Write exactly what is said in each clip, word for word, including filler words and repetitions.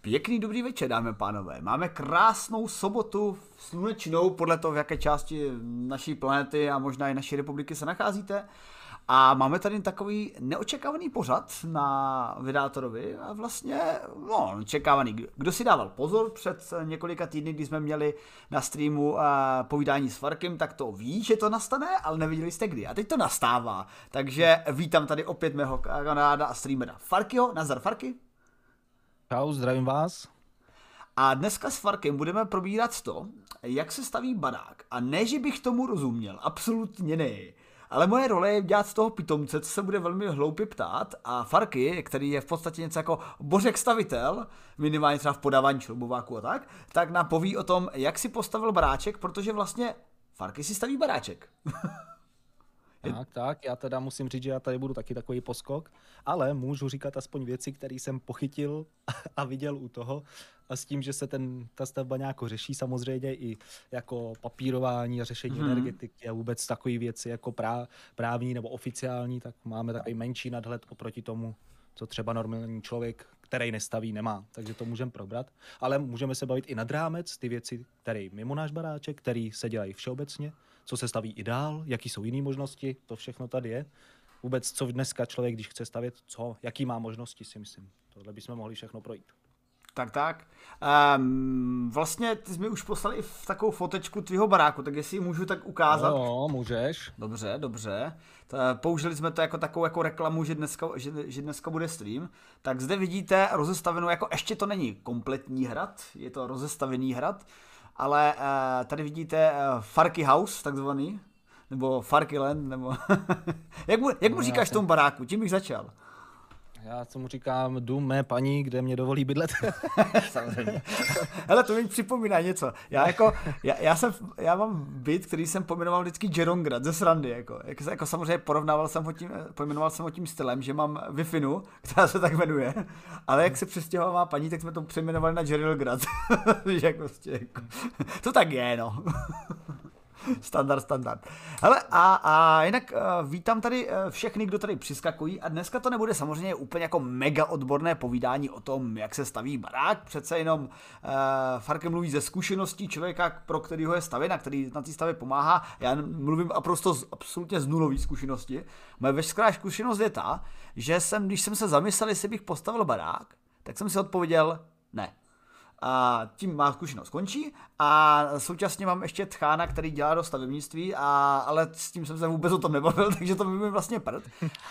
Pěkný dobrý večer, dámy a pánové. Máme krásnou sobotu slunečnou, podle toho, v jaké části naší planety a možná i naší republiky se nacházíte. A máme tady takový neočekávaný pořad na Vydátorovi a vlastně, no, očekávaný. Kdo si dával pozor před několika týdny, kdy jsme měli na streamu uh, povídání s Farkem, tak to ví, že to nastane, ale neviděli jste kdy. A teď to nastává. Takže vítám tady opět mého kamaráda a streamera Farkyho. Nazdar Farky. Čau, zdravím vás. A dneska s Farkem budeme probírat to, jak se staví barák. A ne, že bych tomu rozuměl, absolutně ne. Ale moje role je dělat z toho pitomce, co se bude velmi hloupě ptát. A Farky, který je v podstatě něco jako božek stavitel, minimálně třeba v podávání šroubováku a tak, tak nám poví o tom, jak si postavil baráček, protože vlastně Farky si staví baráček. Tak, tak, já teda musím říct, že já tady budu taky takový poskok, ale můžu říkat aspoň věci, které jsem pochytil a viděl u toho, a s tím, že se ten, ta stavba nějak řeší samozřejmě i jako papírování a řešení hmm. energetiky a vůbec takové věci jako prá, právní nebo oficiální, tak máme takový menší nadhled oproti tomu, co třeba normální člověk, který nestaví, nemá. Takže to můžeme probrat, ale můžeme se bavit i nad rámec, ty věci, které mimo náš baráček, které se dělají všeobecně, co se staví i dál, jaký jsou jiné možnosti, to všechno tady je. Vůbec, co dneska člověk, když chce stavět, co, jaký má možnosti, si myslím. Tohle bychom mohli všechno projít. Tak, tak. Um, vlastně ty jsi mi už poslal i v takovou fotečku tvýho baráku, tak jestli ji můžu tak ukázat. No, můžeš. Dobře, dobře. Použili jsme to jako takovou jako reklamu, že dneska, že, že dneska bude stream. Tak zde vidíte rozestavenou, jako ještě to není kompletní hrad, je to rozestavený hrad, ale uh, tady vidíte uh, Farky House, takzvaný, nebo Farky Land, nebo jak mu, jak mu no, říkáš tomu baráku, tím bych začal. Já co mu říkám, dům mé paní, kde mě dovolí bydlet. Samozřejmě. Hele, to mi připomíná něco. Já jako, já, já, jsem, já mám byt, který jsem pojmenoval vždycky Jerongrad ze srandy, jako. Jak, jako samozřejmě porovnával jsem ho tím, pojmenoval jsem ho tím stylem, že mám Wi-Fi, která se tak jmenuje, ale jak se přestěhovala má paní, tak jsme to přejmenovali na Jerongrad. Jak prostě, jako. To tak je, no. Standard, standard. Hele, a, a jinak uh, vítám tady uh, všechny, kdo tady přiskakují a dneska to nebude samozřejmě úplně jako mega odborné povídání o tom, jak se staví barák, přece jenom uh, Farkem mluví ze zkušeností člověka, pro kterýho je stavěn, který na té stavě pomáhá. Já mluvím naprosto z, absolutně z nulové zkušenosti. Moje veškerá zkušenost je ta, že jsem, když jsem se zamyslel, jestli bych postavil barák, tak jsem si odpověděl ne. A tím má zkušenost končí a současně mám ještě tchána, který dělá do stavebnictví, a, ale s tím jsem se vůbec o tom nebavil, takže to by mi vlastně prd.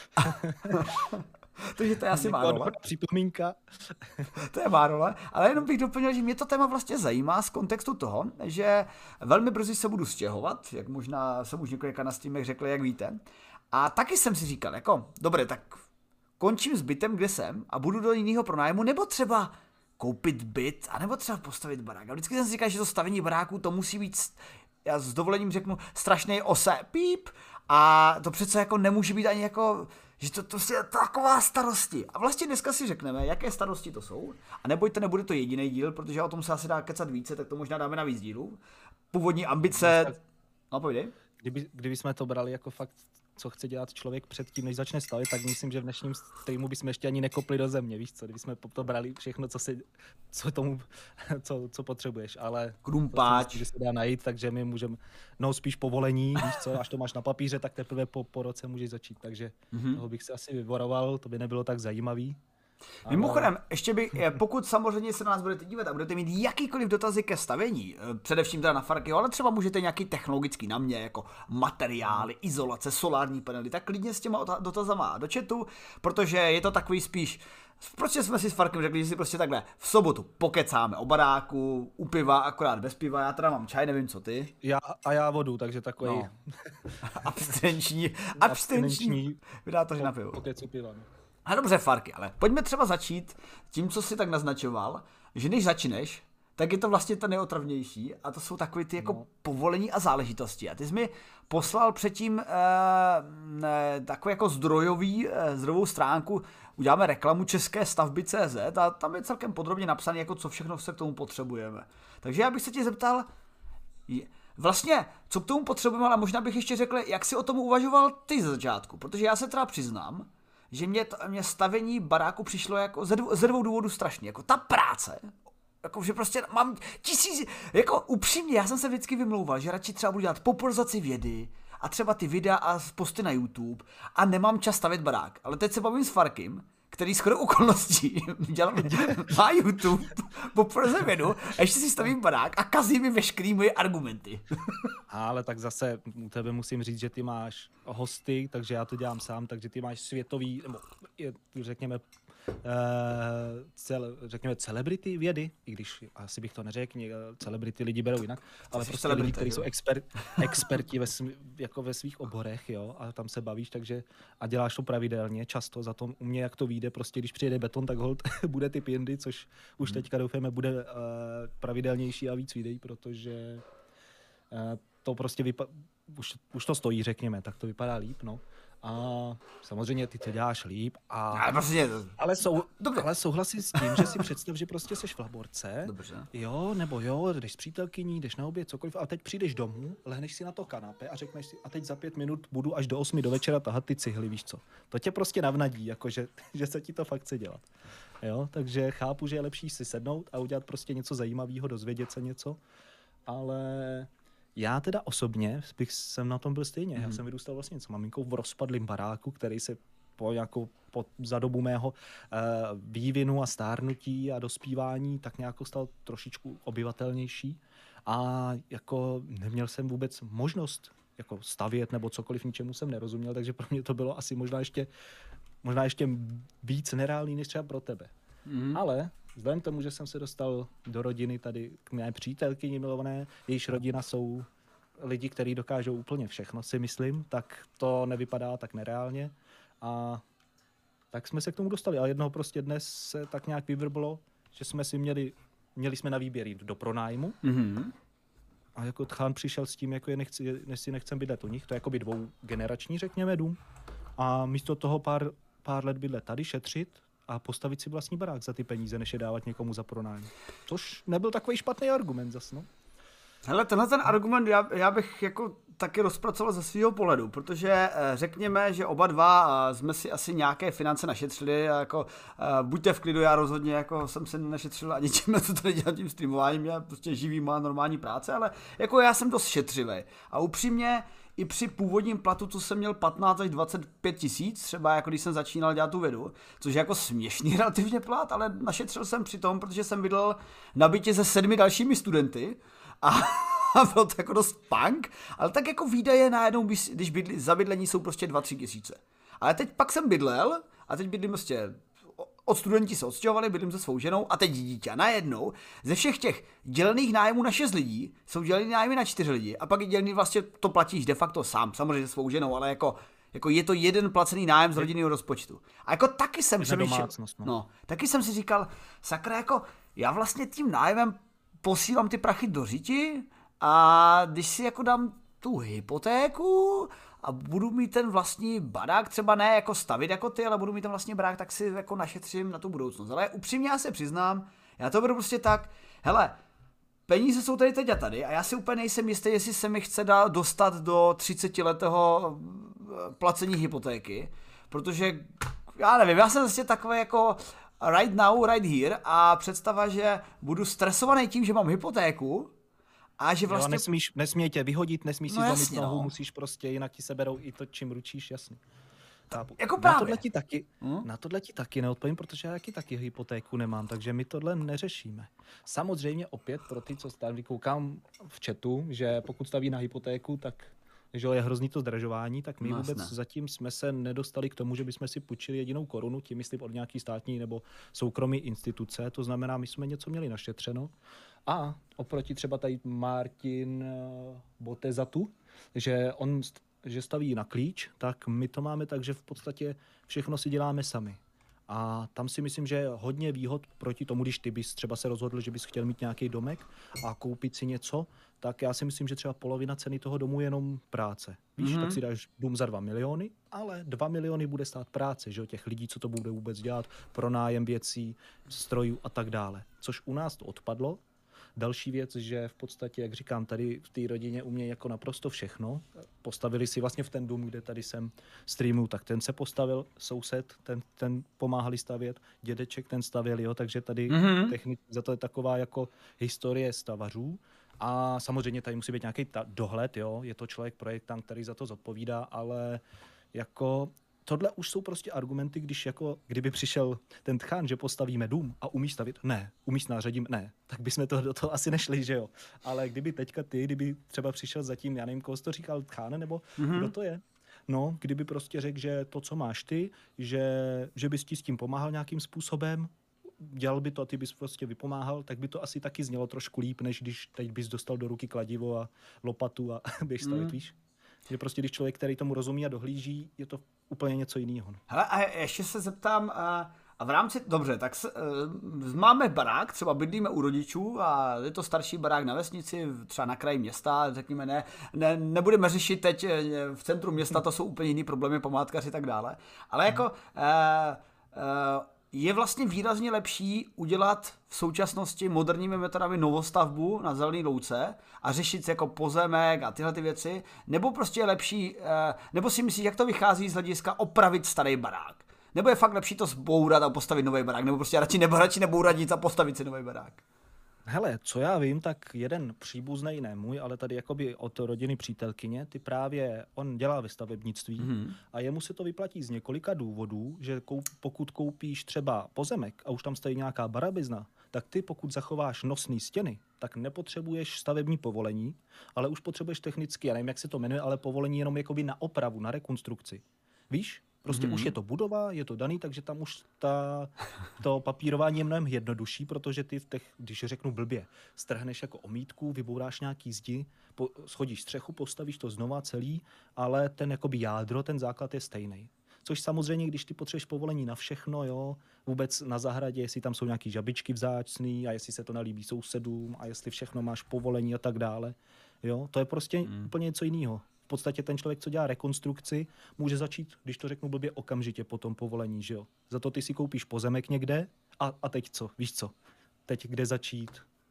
Takže to je asi má role. Připomínka. To je má role, ale jenom bych doplnil, že mě to téma vlastně zajímá z kontextu toho, že velmi brzy se budu stěhovat, jak možná jsem už několika na streamech řekl, jak víte. A taky jsem si říkal, jako, dobré, tak končím s bytem, kde jsem a budu do jiného pronájmu, nebo třeba koupit byt, anebo třeba postavit barák. A vždycky jsem si říkal, že to stavění baráků, to musí být, já s dovolením řeknu, strašný ose, píp, a to přece jako nemůže být ani jako, že to, to je taková starosti. A vlastně dneska si řekneme, jaké starosti to jsou. A nebojte, nebude to jediný díl, protože o tom se asi dá kecat více, tak to možná dáme na víc dílů. Původní ambice, no povídej. Kdyby, kdyby jsme to brali jako fakt, co chce dělat člověk předtím, než začne stavět, tak myslím, že v dnešním streamu bychom ještě ani nekopli do země, víš co, kdyby jsme to brali všechno, co, si, co tomu, co, co potřebuješ, ale krumpáč, to, že se dá najít, takže my můžeme, no spíš povolení, víš co, až to máš na papíře, tak teprve po, po roce můžeš začít, takže mm-hmm. toho bych se asi vyvaroval, to by nebylo tak zajímavý. Mimochodem, ale... ještě bych, pokud samozřejmě se na nás budete dívat a budete mít jakýkoliv dotazy ke stavění, především teda na Farkyho, ale třeba můžete nějaký technologický na mě, jako materiály, izolace, solární panely, tak klidně s těma dotazama do chatu, protože je to takový spíš, prostě jsme si s Farkem řekli, že si prostě takhle v sobotu pokecáme o baráku, u piva, akorát bez piva, já teda mám čaj, nevím co ty. Já, a já vodu, takže takový no. abstinenční, abstinenční, vydá to, že na pivo. Pokecu piva, no. A dobře, Farky, ale pojďme třeba začít tím, co jsi tak naznačoval, že než začneš, tak je to vlastně to nejotravnější a to jsou takové ty jako no. povolení a záležitosti. A ty jsi mi poslal předtím eh, takovou jako zdrojový, eh, zdrojovou stránku, uděláme reklamu České stavby tečka cé zet a tam je celkem podrobně napsané, jako co všechno se k tomu potřebujeme. Takže já bych se tě zeptal, vlastně, co k tomu potřebujeme, ale možná bych ještě řekl, jak jsi o tom uvažoval ty ze začátku, protože já se teda přiznám, že mě, to, mě stavění baráku přišlo jako ze dvou, ze dvou důvodů strašně. Jako ta práce, jako že prostě mám tisíc, jako upřímně, já jsem se vždycky vymlouval, že radši třeba budu dělat popularizaci vědy a třeba ty videa a posty na YouTube a nemám čas stavět barák. Ale teď se bavím s Farkim, který shodou okolností dělal, má YouTube, popularizaci vědu, a ještě si stavím barák a kazí mi veškerý moje argumenty. Ale tak zase u tebe musím říct, že ty máš hosty, takže já to dělám sám, takže ty máš světový, nebo řekněme, Uh, cel, řekněme celebrity vědy, i když asi bych to neřekl, celebrity lidi berou jinak, ale Jsi prostě lidi, kteří jsou exper, experti ve, svý, jako ve svých oborech, jo, a tam se bavíš, takže a děláš to pravidelně, často, za to u mě, jak to vyjde, prostě když přijede beton, tak holt bude ty pindy, což už teďka doufáme bude uh, pravidelnější a víc videí, protože uh, to prostě vypadá, už, už to stojí, řekněme, tak to vypadá líp, no. A samozřejmě ty to děláš líp, a... ale, prostě... ale, sou... ale souhlasím s tím, že si představ, že prostě seš v laborce, Dobře. jo, nebo jo, jdeš s přítelkyní, jdeš na oběd, cokoliv, a teď přijdeš domů, lehneš si na to kanapé a řekneš si, a teď za pět minut budu až do osmi do večera tahat ty cihly, víš co. To tě prostě navnadí, jakože, že se ti to fakt chce dělat. Jo, takže chápu, že je lepší si sednout a udělat prostě něco zajímavého, dozvědět se něco, ale... Já teda osobně bych jsem na tom byl stejně. Mm. Já jsem vyrůstal vlastně s maminkou v rozpadlém baráku, který se po, jako, po, za dobu mého uh, vývinu a stárnutí a dospívání tak nějak stal trošičku obyvatelnější. A jako neměl jsem vůbec možnost jako stavět nebo cokoliv, ničemu jsem nerozuměl, takže pro mě to bylo asi možná ještě, možná ještě víc nereálný než třeba pro tebe. Mm. Ale vzhledem k tomu, že jsem se dostal do rodiny tady k mé přítelkyni milované, jejíž rodina jsou lidi, kteří dokážou úplně všechno, si myslím, tak to nevypadá tak nereálně. A tak jsme se k tomu dostali. A jednoho prostě dnes se tak nějak vyvrblo, že jsme si měli, měli jsme na výběr jít do pronájmu. Mm-hmm. A jako Tchán přišel s tím, jako je nechci, než si nechcem bydlet u nich, to je jakoby dvougenerační, řekněme, dům. A místo toho pár, pár let bydlet tady, šetřit a postavit si vlastní barák za ty peníze, než je dávat někomu za pronájem. Což nebyl takový špatný argument zas, no. Hele, tenhle ten argument já, já bych jako taky rozpracoval ze svého pohledu, protože řekněme, že oba dva jsme si asi nějaké finance našetřili a jako buďte v klidu, já rozhodně jako jsem se našetřil ani tím, co tady dělám tím streamováním, já prostě živý, má normální práce, ale jako já jsem dost šetřivý a upřímně i při původním platu, co jsem měl patnáct až dvacet pět tisíc, třeba jako když jsem začínal dělat tu vědu, což je jako směšný relativně plat, ale našetřil jsem při tom, protože jsem bydlel na bytě se sedmi dalšími studenty a bylo to jako dost punk, ale tak jako výdaje najednou, když bydli, za bydlení jsou prostě dva tři tisíce. Ale teď pak jsem bydlel a teď bydlím prostě, od studenti se odstěhovali, bydlím se svou ženou a teď dítě. A najednou ze všech těch dělených nájmů na šest lidí jsou dělený nájmy na čtyři lidi a pak je dělený vlastně to platíš de facto sám, samozřejmě se svou ženou, ale jako Jako je to jeden placený nájem z rodinného rozpočtu. A jako taky jsem přemýšlel, no. no, taky jsem si říkal, sakra, jako já vlastně tím nájmem posílám ty prachy do řiti a když si jako dám tu hypotéku a budu mít ten vlastní barák, třeba ne jako stavit jako ty, ale budu mít ten vlastní barák, tak si jako našetřím na tu budoucnost. Ale upřímně já se přiznám, já to beru prostě tak, hele, peníze jsou tady teď a tady a já si úplně nejsem jistý, jestli se mi chce dát dostat do třicetiletého placení hypotéky, protože já nevím, já jsem vlastně takový jako right now, right here a představa, že budu stresovaný tím, že mám hypotéku a že vlastně... Jo, nesmíš, nesmí tě vyhodit, nesmíš si no zlomit jasně, nohu, no. musíš prostě, jinak ti seberou i to, čím ručíš, jasně. Jako na právě. tohle ti taky, hmm? na tohle ti taky neodpovím, protože já taky, taky hypotéku nemám, takže my tohle neřešíme. Samozřejmě opět pro ty, co tady koukám v chatu, že pokud staví na hypotéku, tak že je hrozný to zdražování, tak my no, vůbec ne. zatím jsme se nedostali k tomu, že bychom si půjčili jedinou korunu, tím myslím od nějaký státní nebo soukromý instituce, to znamená, my jsme něco měli našetřeno a oproti třeba tady Martin Botezatu, že on že staví na klíč, tak my to máme tak, že v podstatě všechno si děláme sami. A tam si myslím, že je hodně výhod proti tomu, když ty bys třeba se rozhodl, že bys chtěl mít nějaký domek a koupit si něco, tak já si myslím, že třeba polovina ceny toho domu je jenom práce. Víš, mm-hmm. tak si dáš dům za dva miliony, ale dva miliony bude stát práce, že jo, těch lidí, co to bude vůbec dělat, pronájem věcí, strojů a tak dále. Což u nás to odpadlo. Další věc, že v podstatě, jak říkám, tady v té rodině umějí jako naprosto všechno. Postavili si vlastně v ten dům, kde tady jsem streamu, tak ten se postavil, soused, ten, ten pomáhali stavět, dědeček ten stavěl, jo, takže tady mm-hmm. technik, za to je taková jako historie stavařů. A samozřejmě tady musí být nějaký ta dohled, jo, je to člověk projektant, který za to zodpovídá, ale jako tohle už jsou prostě argumenty, když jako, kdyby přišel ten tchán, že postavíme dům a umí stavit, ne, umí s nářadím, ne, tak bychom to, do toho asi nešli, že jo. Ale kdyby teďka ty, kdyby třeba přišel zatím, já nevím, koho jsi to říkal, tchán, nebo mm-hmm. kdo to je? No, kdyby prostě řekl, že to, co máš ty, že, že bys ti s tím pomáhal nějakým způsobem, dělal by to a ty bys prostě vypomáhal, tak by to asi taky znělo trošku líp, než když teď bys dostal do ruky kladivo a lopatu a běž stavit, mm. víš? Že prostě když člověk, který tomu rozumí a dohlíží, je to úplně něco jiného. Hele, a ještě se zeptám, a, a v rámci, dobře, tak se, máme barák, třeba bydlíme u rodičů a je to starší barák na vesnici, třeba na kraji města, řekněme, ne, ne nebudeme řešit teď v centru města, to jsou úplně jiný problémy, památkaři a tak dále, ale jako uh, uh, je vlastně výrazně lepší udělat v současnosti moderními metodami novostavbu na zelený louce a řešit si jako pozemek a tyhle ty věci, nebo prostě je lepší, nebo si myslíš, jak to vychází z hlediska opravit starý barák? Nebo je fakt lepší to zbourat a postavit nový barák, nebo prostě radši, nebo radši nebourat nic a postavit si nový barák? Hele, co já vím, tak jeden příbuznej, ne můj, ale tady jakoby od rodiny přítelkyně, ty právě, on dělá ve stavebnictví mm-hmm. a jemu se to vyplatí z několika důvodů, že koup, pokud koupíš třeba pozemek a už tam stojí nějaká barabizna, tak ty pokud zachováš nosné stěny, tak nepotřebuješ stavební povolení, ale už potřebuješ technicky, já nevím, jak se to jmenuje, ale povolení jenom jakoby na opravu, na rekonstrukci. Víš? Prostě mm-hmm. už je to budova, je to daný, takže tam už ta, to papírování je mnohem jednodušší, protože ty v těch, když řeknu blbě, strhneš jako omítku, vybouráš nějaký zdi, po, schodíš střechu, postavíš to znova celý, ale ten jakoby jádro, ten základ je stejný. Což samozřejmě, když ty potřebuješ povolení na všechno, jo, vůbec na zahradě, jestli tam jsou nějaký žabičky vzácný a jestli se to nelíbí sousedům a jestli všechno máš povolení a tak dále, jo, to je prostě mm. úplně něco jiného. V podstatě ten člověk, co dělá rekonstrukci, může začít, když to řeknu blbě, okamžitě po tom povolení, že jo. Za to ty si koupíš pozemek někde a, a teď co, víš co, teď kde začít.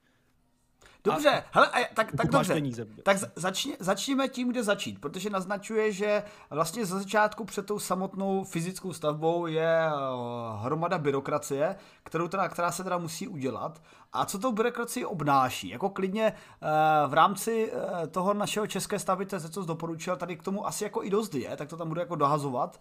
Dobře, a, hele, a, tak, tak dobře, peníze. Tak začni, začněme tím, kde začít, protože naznačuje, že vlastně za začátku před tou samotnou fyzickou stavbou je hromada byrokracie, kterou teda, která se teda musí udělat. A co tou byrokracii obnáší? Jako klidně v rámci toho našeho české stavby, co jsi doporučil, tady k tomu asi jako i dost je, tak to tam budu jako dohazovat.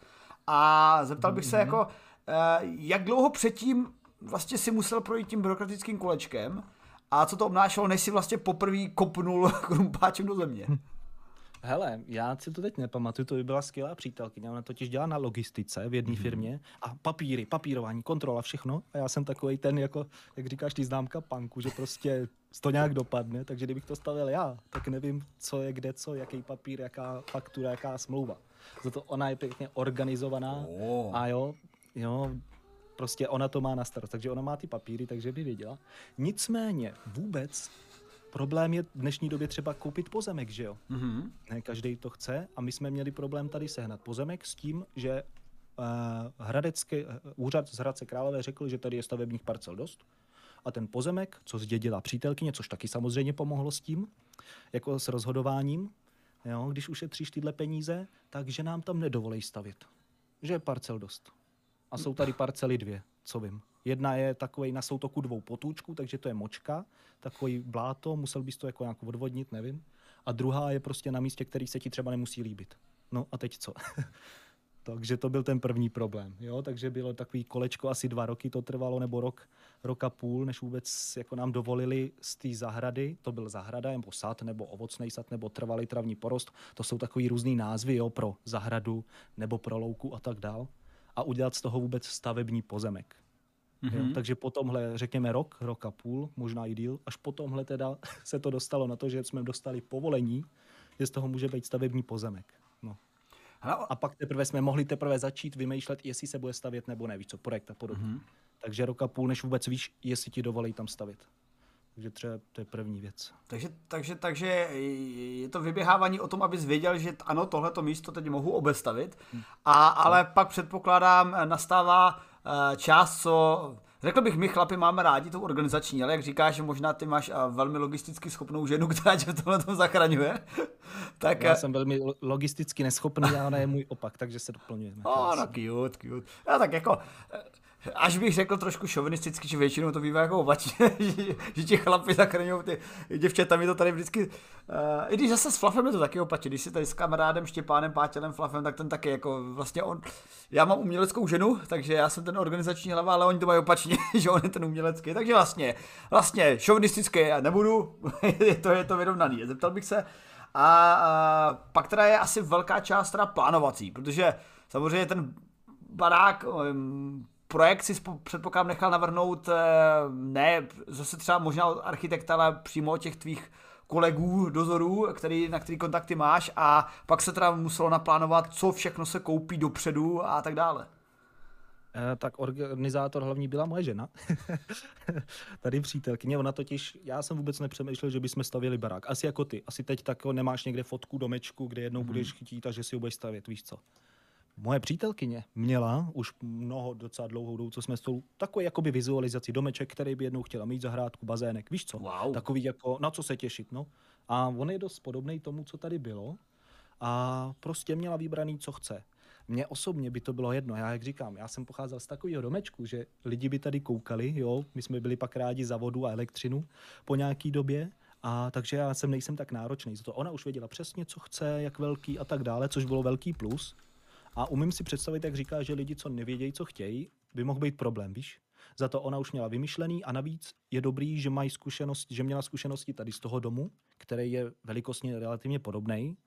A zeptal bych se, mm-hmm. jako, jak dlouho předtím vlastně si musel projít tím byrokratickým kolečkem, a co to obnášelo, než si vlastně poprvé kopnul krumpáčem do země? Hele, já si to teď nepamatuju, to by byla skvělá přítelkyně, ona totiž dělá na logistice v jedné mm-hmm. firmě a papíry, papírování, kontrola, všechno a já jsem takovej ten, jako, jak říkáš, ty známka punku, že prostě to nějak dopadne, takže kdybych to stavil já, tak nevím, co je kde co, jaký papír, jaká faktura, jaká smlouva. Zato ona je pěkně organizovaná oh. a jo, jo, prostě ona to má na starost, takže ona má ty papíry, takže by věděla. Nicméně vůbec problém je v dnešní době třeba koupit pozemek, že jo? Mm-hmm. Ne každý to chce a my jsme měli problém tady sehnat pozemek s tím, že uh, hradecký, uh, úřad z Hradce Králové řekl, že tady je stavebních parcel dost a ten pozemek, co zdědila přítelkyně, což taky samozřejmě pomohlo s tím, jako s rozhodováním, jo? Když ušetříš tyhle peníze, takže nám tam nedovolej stavět, že je parcel dost. A jsou tady parcely dvě, co vím. Jedna je takovej na soutoku dvou potůčků, takže to je močka, takový bláto, musel bys to jako nějak odvodnit, nevím. A druhá je prostě na místě, který se ti třeba nemusí líbit. No a teď co? Takže to byl ten první problém. Jo? Takže bylo takový kolečko, asi dva roky to trvalo, nebo rok, rok a půl, než vůbec jako nám dovolili z té zahrady, to byl zahrada, nebo sad, nebo ovocný sad, nebo trvalý travní porost. To jsou takový různý názvy, jo, pro zahradu, nebo pro louku a tak dál. A udělat z toho vůbec stavební pozemek. Mm-hmm. Jo? Takže po tomhle, řekněme rok, rok a půl, možná i díl, až po tomhle teda se to dostalo na to, že jsme dostali povolení, že z toho může být stavební pozemek. No. A pak teprve jsme mohli teprve začít vymýšlet, jestli se bude stavět nebo ne, víš co, projekt a podobně. Mm-hmm. Takže rok a půl, než vůbec víš, jestli ti dovolí tam stavět. Takže třeba to je první věc. Takže, takže, takže je to vyběhávání o tom, abys věděl, že ano, tohleto místo teď mohu obestavit, a, ale pak předpokládám, nastává část, co řekl bych, my chlapi máme rádi tou organizační, ale jak říkáš, že možná ty máš velmi logisticky schopnou ženu, která tě v tomhle tom zachraňuje. Tak já jsem velmi logisticky neschopný, ale je můj opak, takže se doplňujeme. Oh, no cute, cute. Já tak jako, až bych řekl trošku šovinisticky, že většinou to bývá jako opačně, že, že ti chlapi zachraňují ty děvčata, mi to tady vždycky, uh, i když zase s Flafem je to taky opačně, když si tady s kamarádem Štěpánem Pátělem Flafem, tak ten taky jako vlastně on, já mám uměleckou ženu, takže já jsem ten organizační hlava, ale oni to mají opačně, že on je ten umělecký, takže vlastně, vlastně šovinistický já nebudu, je to, je to vyrovnaný, zeptal bych se. A, a pak teda je asi velká část teda plánovací, protože samozřejmě ten barák, um, projekt si předpokládám nechal navrhnout ne zase třeba možná od architekta, ale přímo od těch tvých kolegů, dozorů, který, na který kontakty máš, a pak se teda muselo naplánovat, co všechno se koupí dopředu a tak dále. E, tak organizátor hlavní byla moje žena. Tady přítelkyně, ona totiž, já jsem vůbec nepřemýšlel, že bychom stavěli barák. Asi jako ty, asi teď tak nemáš někde fotku domečku, kde jednou hmm. budeš chtít a že si ho budeš stavět, víš co. Moje přítelkyně měla už mnoho docela dlouhou dobu, co jsme spolu, takový jakoby vizualizaci domeček, který by jednou chtěla mít, zahrádku, bazének, víš co? Wow. Takový jako, na co se těšit, no. A on je dost podobný tomu, co tady bylo, a prostě měla vybraný, co chce. Mně osobně by to bylo jedno, já jak říkám, já jsem pocházel z takového domečku, že lidi by tady koukali, jo, my jsme byli pak rádi za vodu a elektřinu po nějaký době, a takže já jsem nejsem tak náročný. Zato ona už věděla přesně, co chce, jak velký a tak dále, což bylo velký plus. A umím si představit, jak říká, že lidi, co nevědějí, co chtějí, by mohl být problém, víš? Za to ona už měla vymyšlený a navíc je dobrý, že mají zkušenost, že měla zkušenosti tady z toho domu, který je velikostně relativně podobný,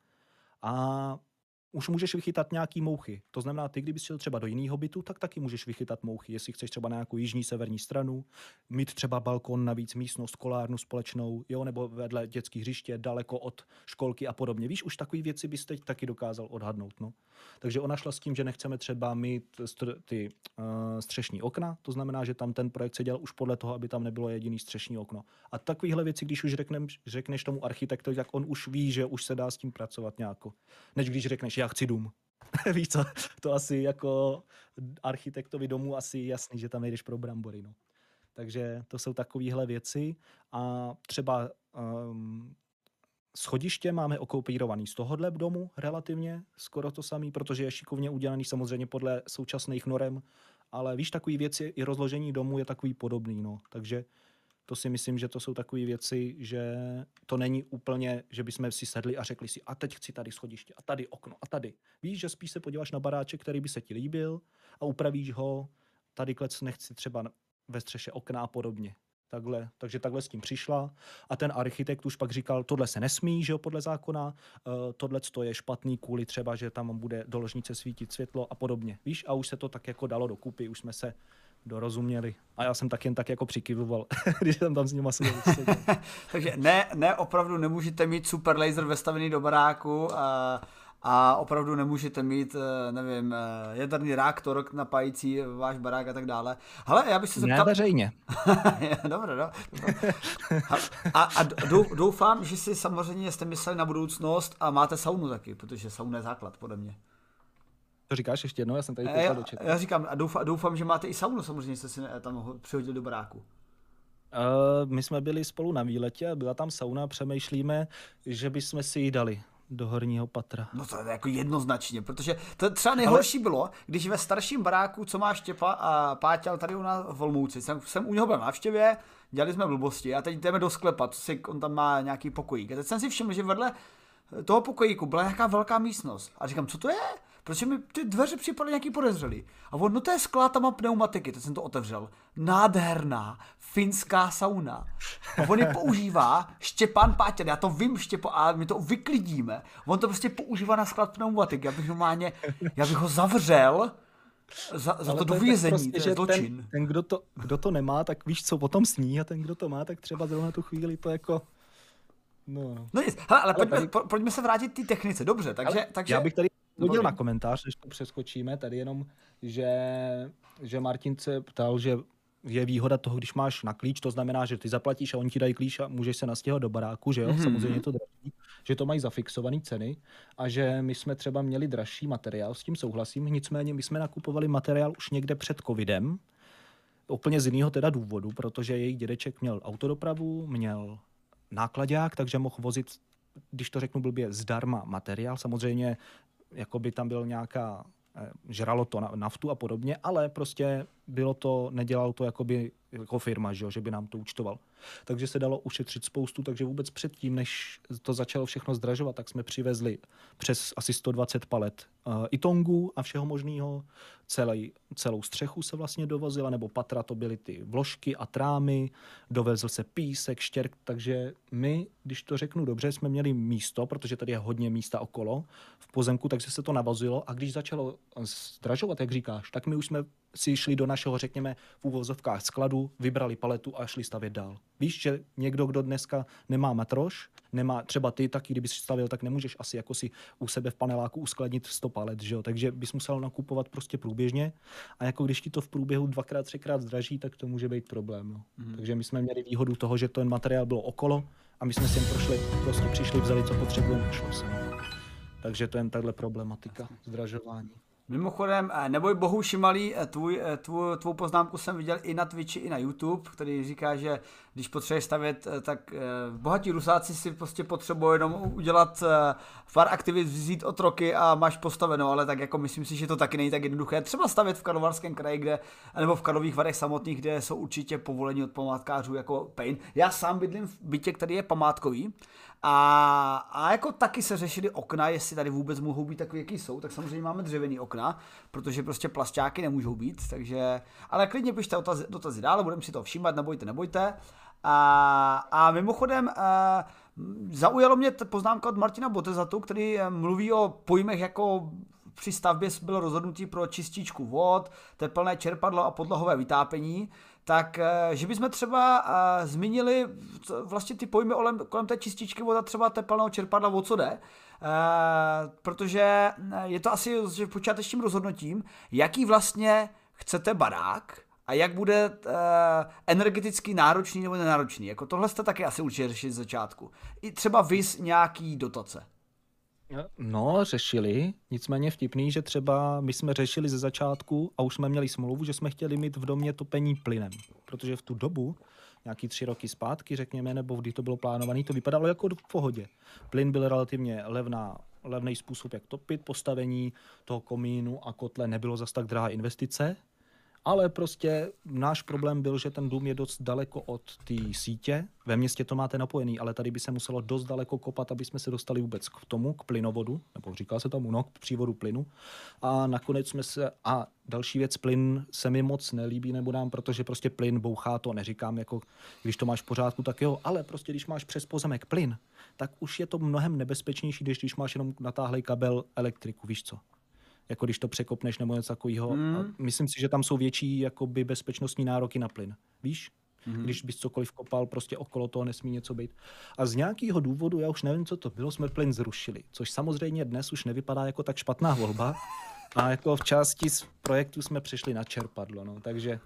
a už můžeš vychytat nějaký mouchy. To znamená, ty, kdybys šel třeba do jiného bytu, tak taky můžeš vychytat mouchy. Jestli chceš třeba na nějakou jižní, severní stranu, mít třeba balkon, navíc místnost, kolárnu společnou, jo, nebo vedle dětských hřiště, daleko od školky a podobně. Víš, už takové věci bys teď taky dokázal odhadnout, no. Takže ona šla s tím, že nechceme třeba mít ty uh, střešní okna, to znamená, že tam ten projekt se dělal už podle toho, aby tam nebylo jediný střešní okno. A takovéhle věci, když už řekneš, řekneš tomu architektovi, tak on už ví, že už se dá s tím pracovat nějako. Než když řekneš, já chci dům. Víš co, to asi jako architektovi domu asi jasný, že tam nejdeš pro brambory, no. Takže to jsou takovéhle věci a třeba um, schodiště máme okopírovaný z tohohle domu relativně, skoro to samý, protože je šikovně udělaný samozřejmě podle současných norem, ale víš, takový věci i rozložení domu je takový podobný, no. Takže to si myslím, že to jsou takové věci, že to není úplně, že bychom si sedli a řekli si, a teď chci tady schodiště, a tady okno, a tady. Víš, že spíš se podíváš na baráček, který by se ti líbil, a upravíš ho, tady klec nechci třeba ve střeše okna a podobně. Takhle, takže takhle s tím přišla a ten architekt už pak říkal, tohle se nesmí, že jo, podle zákona, uh, tohle to je špatný kvůli třeba, že tam bude do ložnice svítit světlo a podobně. Víš, a už se to tak jako dalo dokupy, už jsme se dorozuměli. A já jsem tak jen tak jako přikyvoval, když jsem tam s ním asi seděl. Takže ne, ne, opravdu nemůžete mít super laser vestavený do baráku a, a opravdu nemůžete mít, nevím, jaderný reaktor napájící váš barák a tak dále. Hele, já bych se zeptal... Ne veřejně. Dobře, no. A, a doufám, že si samozřejmě jste mysleli na budoucnost a máte saunu taky, protože sauna je základ, podle mě. To říkáš ještě jednou, já jsem tady koukal do chatu. Já říkám, a doufám, doufám, že máte i saunu, samozřejmě jste si tam přihodili do baráku. Uh, my jsme byli spolu na výletě a byla tam sauna, přemýšlíme, že bychom si ji dali do horního patra. No to je jako jednoznačně, protože to třeba nejhorší Ale... bylo, když ve starším baráku, co má Štěpa a Páťal tady u nás v Olmouci, jsem, jsem u něho byl na návštěvě, dělali jsme blbosti a teď jdeme do sklepa, co si, on tam má nějaký pokojík. A teď jsem si všiml, že vedle toho pokojíku byla nějaká velká místnost. A říkám, co to je? Protože mi ty dveře připadaly nějaký podezřelý. A on, no to je skla, tam má pneumatiky, teď jsem to otevřel. Nádherná finská sauna. A on ji používá, Štěpán Páťa, já to vím, Štěpo, a my to vyklidíme. On to prostě používá na sklad pneumatiky. Já bych normálně, já bych ho zavřel za, za to dovězení, prostě, to je zločin. Ten, ten kdo, to, kdo to nemá, tak víš, co o tom sní, a ten, kdo to má, tak třeba zrovna tu chvíli to jako... No, no. no nic, hele, ale pojďme, tady... pojďme se vrátit k té technice, dobře, takže... takže... Já bych tady hodil na komentář, než to přeskočíme, tady jenom, že, že Martin se ptal, že je výhoda toho, když máš na klíč, to znamená, že ty zaplatíš a oni ti dají klíč a můžeš se nastěhovat do baráku, že jo, mm-hmm. samozřejmě to draží, že to mají zafixované ceny a že my jsme třeba měli dražší materiál, s tím souhlasím, nicméně my jsme nakupovali materiál už někde před covidem, úplně z jiného teda důvodu, protože jejich dědeček měl autodopravu, měl náklaďák, takže mohl vozit, když to řeknu blbě, zdarma materiál. Samozřejmě jakoby tam byl nějaká, žralo to naftu a podobně, ale prostě bylo to, nedělal to jakoby jako firma, že, jo, že by nám to účtoval. Takže se dalo ušetřit spoustu, takže vůbec předtím, než to začalo všechno zdražovat, tak jsme přivezli přes asi sto dvacet palet uh, itongů a všeho možného. Celý, celou střechu se vlastně dovozila, nebo patra to byly ty vložky a trámy, dovezl se písek, štěrk, takže my, když to řeknu dobře, jsme měli místo, protože tady je hodně místa okolo v pozemku, takže se to navozilo a když začalo zdražovat, jak říkáš, tak my už jsme si šli do našeho, řekněme, v úvozovkách skladu, vybrali paletu a šli stavět dál. Víš, že někdo, kdo dneska nemá matroš, nemá, třeba ty taky, kdyby si stavil, tak nemůžeš asi jako si u sebe v paneláku uskladnit sto palet, že jo? Takže bys musel nakupovat prostě průběžně a jako když ti to v průběhu dvakrát, třikrát zdraží, tak to může být problém. No. Mm. Takže my jsme měli výhodu toho, že ten materiál bylo okolo a my jsme si jen prošli, prostě přišli, vzali, co potřebujeme a šlo se. Takže to je jen tahle problematika zdražování. Mimochodem, neboj bohu šimalý, tvůj, tvů, tvou poznámku jsem viděl i na Twitchi, i na YouTube, který říká, že když potřebuješ stavět, tak bohatí Rusáci si prostě potřebují jenom udělat pár aktivit, vzít otroky a máš postaveno, ale tak jako myslím si, že to taky není tak jednoduché. Třeba stavět v Karlovarském kraji, kde, nebo v Karlových Varech samotných, kde jsou určitě povolení od památkářů jako Pain. Já sám bydlím v bytě, který je památkový. A, a jako taky se řešily okna, jestli tady vůbec mohou být takový, jaký jsou, tak samozřejmě máme dřevěný okna, protože prostě plasťáky nemůžou být, takže, ale klidně pište dotazy, dotazy dál, budeme si to všímat, nebojte, nebojte. A, a mimochodem a, zaujalo mě poznámka od Martina Botezatu, který mluví o pojmech jako při stavbě bylo rozhodnutí pro čističku vod, tepelné čerpadlo a podlahové vytápění, tak že bychom třeba uh, zmínili vlastně ty pojmy kolem té čističky vod a třeba tepelného čerpadla, o co jde, uh, protože je to asi že počátečním rozhodnutím, jaký vlastně chcete barák a jak bude uh, energeticky náročný nebo nenáročný. Jako tohle jste taky asi určitě řešit z začátku. I třeba vys nějaký dotace. No, řešili, nicméně vtipný, že třeba my jsme řešili ze začátku a už jsme měli smlouvu, že jsme chtěli mít v domě topení plynem, protože v tu dobu, nějaký tři roky zpátky, řekněme, nebo kdy to bylo plánované, to vypadalo jako v pohodě. Plyn byl relativně levná, levný způsob, jak topit, postavení toho komínu a kotle nebylo zas tak drahá investice, ale prostě náš problém byl, že ten dům je dost daleko od té sítě. Ve městě to máte napojený, ale tady by se muselo dost daleko kopat, aby jsme se dostali vůbec k tomu, k plynovodu, nebo říká se tomu, no, k přívodu plynu. A nakonec jsme se, a další věc, plyn se mi moc nelíbí nebo nám, protože prostě plyn bouchá, to neříkám, jako když to máš v pořádku, tak jo, ale prostě když máš přes pozemek plyn, tak už je to mnohem nebezpečnější, než když máš jenom natáhlej kabel elektriku, víš co? Jako když to překopneš nebo něco takového. Mm. Myslím si, že tam jsou větší jakoby bezpečnostní nároky na plyn. Víš? Mm. Když bys cokoliv kopal, prostě okolo toho nesmí něco být. A z nějakého důvodu, já už nevím, co to bylo, jsme plyn zrušili. Což samozřejmě dnes už nevypadá jako tak špatná volba. A jako v části z projektu jsme přešli na čerpadlo. No. Takže,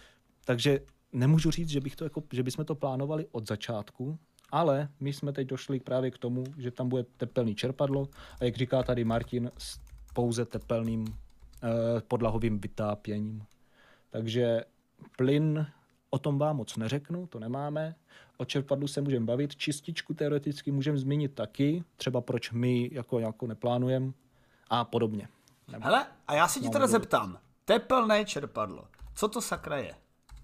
takže nemůžu říct, že, bych to jako, že bychom to plánovali od začátku, ale my jsme teď došli právě k tomu, že tam bude tepelný čerpadlo a jak říká tady Martin, pouze tepelným eh, podlahovým vytápěním. Takže plyn, o tom vám moc neřeknu, to nemáme. O čerpadlu se můžeme bavit, čističku teoreticky můžeme zmínit taky, třeba proč my jako, jako neplánujeme a podobně. Nebo... Hele, a já si ti teda zeptám, tepelné čerpadlo, co to sakra je?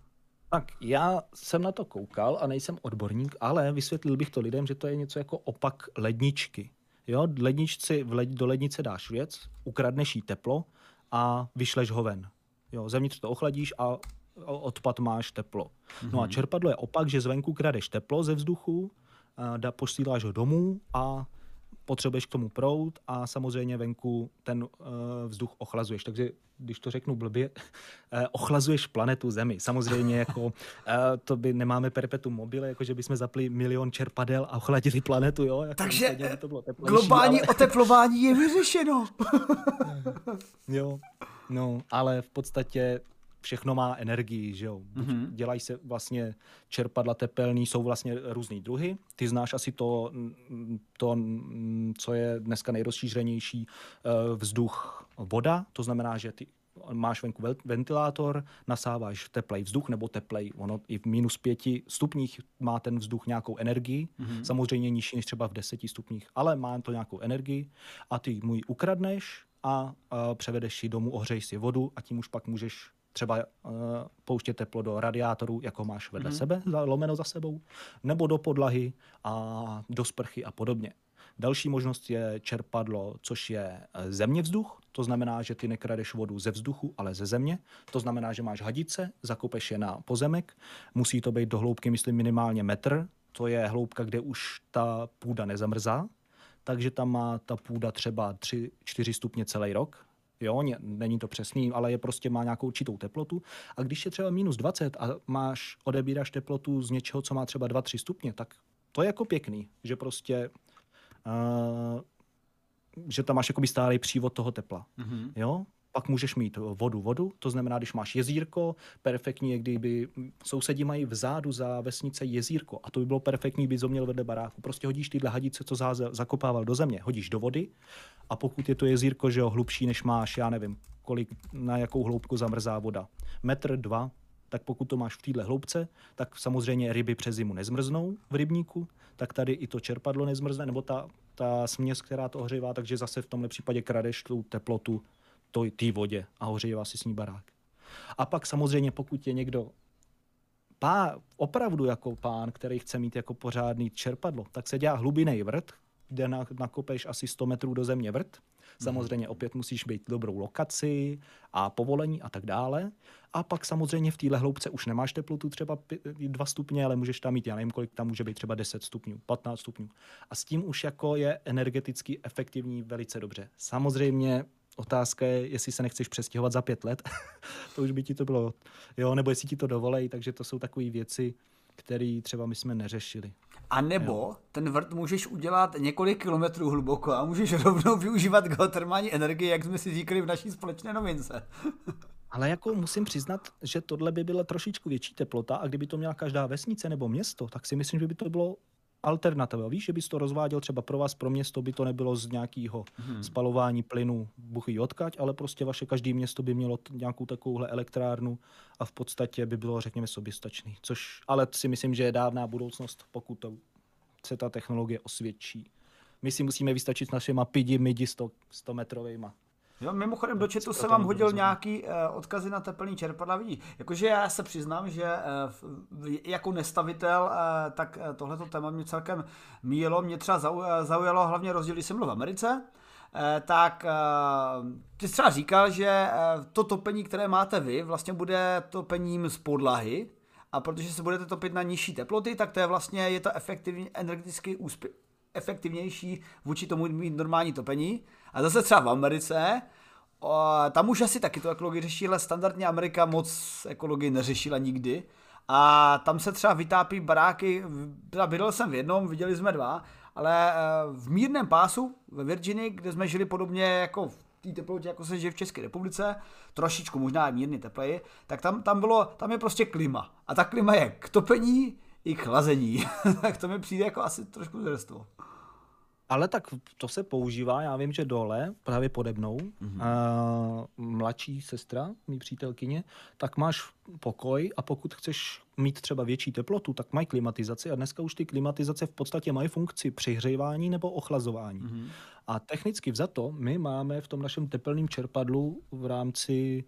Tak já jsem na to koukal a nejsem odborník, ale vysvětlil bych to lidem, že to je něco jako opak ledničky. Jo, ledničci, v led, do lednice dáš věc, ukradneš jí teplo a vyšleš ho ven. Jo, zevnitř to ochladíš a odpad máš teplo. Mm-hmm. No a čerpadlo je opak, že zvenku kradeš teplo ze vzduchu, a posíláš ho domů a potřebuješ k tomu proud a samozřejmě venku ten uh, vzduch ochlazuješ. Takže když to řeknu blbě, uh, ochlazuješ planetu Zemi. Samozřejmě jako uh, to by nemáme perpetuum mobile, jako že bychom zapli milion čerpadel a ochladili planetu, jo? Jako takže to bylo globální ale... oteplování je vyřešeno. Jo, no, ale v podstatě všechno má energii, že jo. Mm-hmm. Dělají se vlastně čerpadla tepelný, jsou vlastně různý druhy. Ty znáš asi to, to co je dneska nejrozšířenější vzduch voda, to znamená, že ty máš venku ventilátor, nasáváš teplej vzduch nebo teplej, ono i v minus pěti stupních má ten vzduch nějakou energii, mm-hmm. samozřejmě nižší než třeba v deseti stupních, ale má to nějakou energii a ty mu ji ukradneš a, a převedeš ji domů, ohřejš si vodu a tím už pak můžeš třeba uh, pouštět teplo do radiátoru, jako máš vedle mm-hmm. sebe, lomeno za sebou, nebo do podlahy a do sprchy a podobně. Další možnost je čerpadlo, což je země vzduch, to znamená, že ty nekradeš vodu ze vzduchu, ale ze země. To znamená, že máš hadice, zakopeš je na pozemek, musí to být do hloubky, myslím, minimálně metr, to je hloubka, kde už ta půda nezamrzá, takže tam má ta půda třeba tři čtyři stupně celý rok. Jo, není to přesný, ale je prostě má nějakou určitou teplotu. A když je třeba minus dvacet a máš, odebíráš teplotu z něčeho, co má třeba dva tři stupně, tak to je jako pěkný, že prostě Uh, že tam máš jakoby stálý přívod toho tepla. Mm-hmm. Jo? Pak můžeš mít vodu, vodu, to znamená, když máš jezírko, perfektní je, kdyby sousedi mají vzadu za vesnice jezírko a to by bylo perfektní, by měl vedle baráku. Prostě hodíš tyhle hadice, co záze, zakopával do země, hodíš do vody a pokud je to jezírko, že jo, hlubší než máš, já nevím, kolik, na jakou hloubku zamrzá voda. Metr, dva, tak pokud to máš v téhle hloubce, tak samozřejmě ryby přes zimu nezmrznou v rybníku, tak tady i to čerpadlo nezmrzne, nebo ta, ta směs, která to ohřívá, takže zase v tomhle případě kradeš tu teplotu té vodě a ohřívá si s ní barák. A pak samozřejmě, pokud je někdo pá, opravdu jako pán, který chce mít jako pořádný čerpadlo, tak se dělá hlubinný vrt, kde nakopeš asi sto metrů do země vrt. Samozřejmě opět musíš být dobrou lokaci a povolení a tak dále. A pak samozřejmě v téhle hloubce už nemáš teplotu třeba dva stupně, ale můžeš tam mít, já nevím, kolik tam může být, třeba deset stupňů, patnáct stupňů. A s tím už jako je energeticky efektivní velice dobře. Samozřejmě otázka je, jestli se nechceš přestěhovat za pět let, to už by ti to bylo, jo, nebo jestli ti to dovolej, takže to jsou takové věci, které třeba my jsme neřešili. A nebo jo. Ten vrt můžeš udělat několik kilometrů hluboko a můžeš rovnou využívat geotermální energii, jak jsme si říkali v naší společné novince. Ale jako musím přiznat, že tohle by byla trošičku větší teplota a kdyby to měla každá vesnice nebo město, tak si myslím, že by to bylo alternativa. Víš, že bys to rozváděl třeba pro vás, pro město by to nebylo z nějakého hmm. spalování plynu buchy odkaď, ale prostě vaše každé město by mělo t- nějakou takovouhle elektrárnu a v podstatě by bylo, řekněme, soběstačný. Což, ale si myslím, že je dávná budoucnost, pokud to, se ta technologie osvědčí. My si musíme vystačit s našima pidi, midi sto metrovejma. Jo, mimochodem do chatu jsem vám hodil nějaký uh, odkazy na tepelný čerpadla. Vidí. Jakože já se přiznám, že uh, jako nestavitel, uh, tak uh, tohleto téma mě celkem míjelo. Mě třeba zau, uh, zaujalo hlavně rozdíl, když jsem byl v Americe. Uh, tak uh, ty jsi třeba říkal, že uh, to topení, které máte vy, vlastně bude topením z podlahy. A protože se budete topit na nižší teploty, tak to je vlastně je to efektivní, energeticky úspěch. efektivnější vůči tomu mít normální topení. A zase třeba v Americe, o, tam už asi taky to ekologii řeší, ale standardně Amerika moc ekologii neřešila nikdy. A tam se třeba vytápí baráky, bydlel jsem v jednom, viděli jsme dva, ale v mírném pásu ve Virginii, kde jsme žili podobně jako v té teplotě, jako se žije v České republice, trošičku možná mírně tepleji, tak tam, tam, bylo, tam je prostě klima. A ta klima je k topení i k chlazení. Tak to mi přijde jako asi trošku zrstvo. Ale tak to se používá, já vím, že dole, právě pode mnou, mm-hmm. a mladší sestra, mý přítelkyně, tak máš pokoj a pokud chceš mít třeba větší teplotu, tak mají klimatizaci a dneska už ty klimatizace v podstatě mají funkci přihřívání nebo ochlazování. Mm-hmm. A technicky vzato my máme v tom našem tepelném čerpadlu v rámci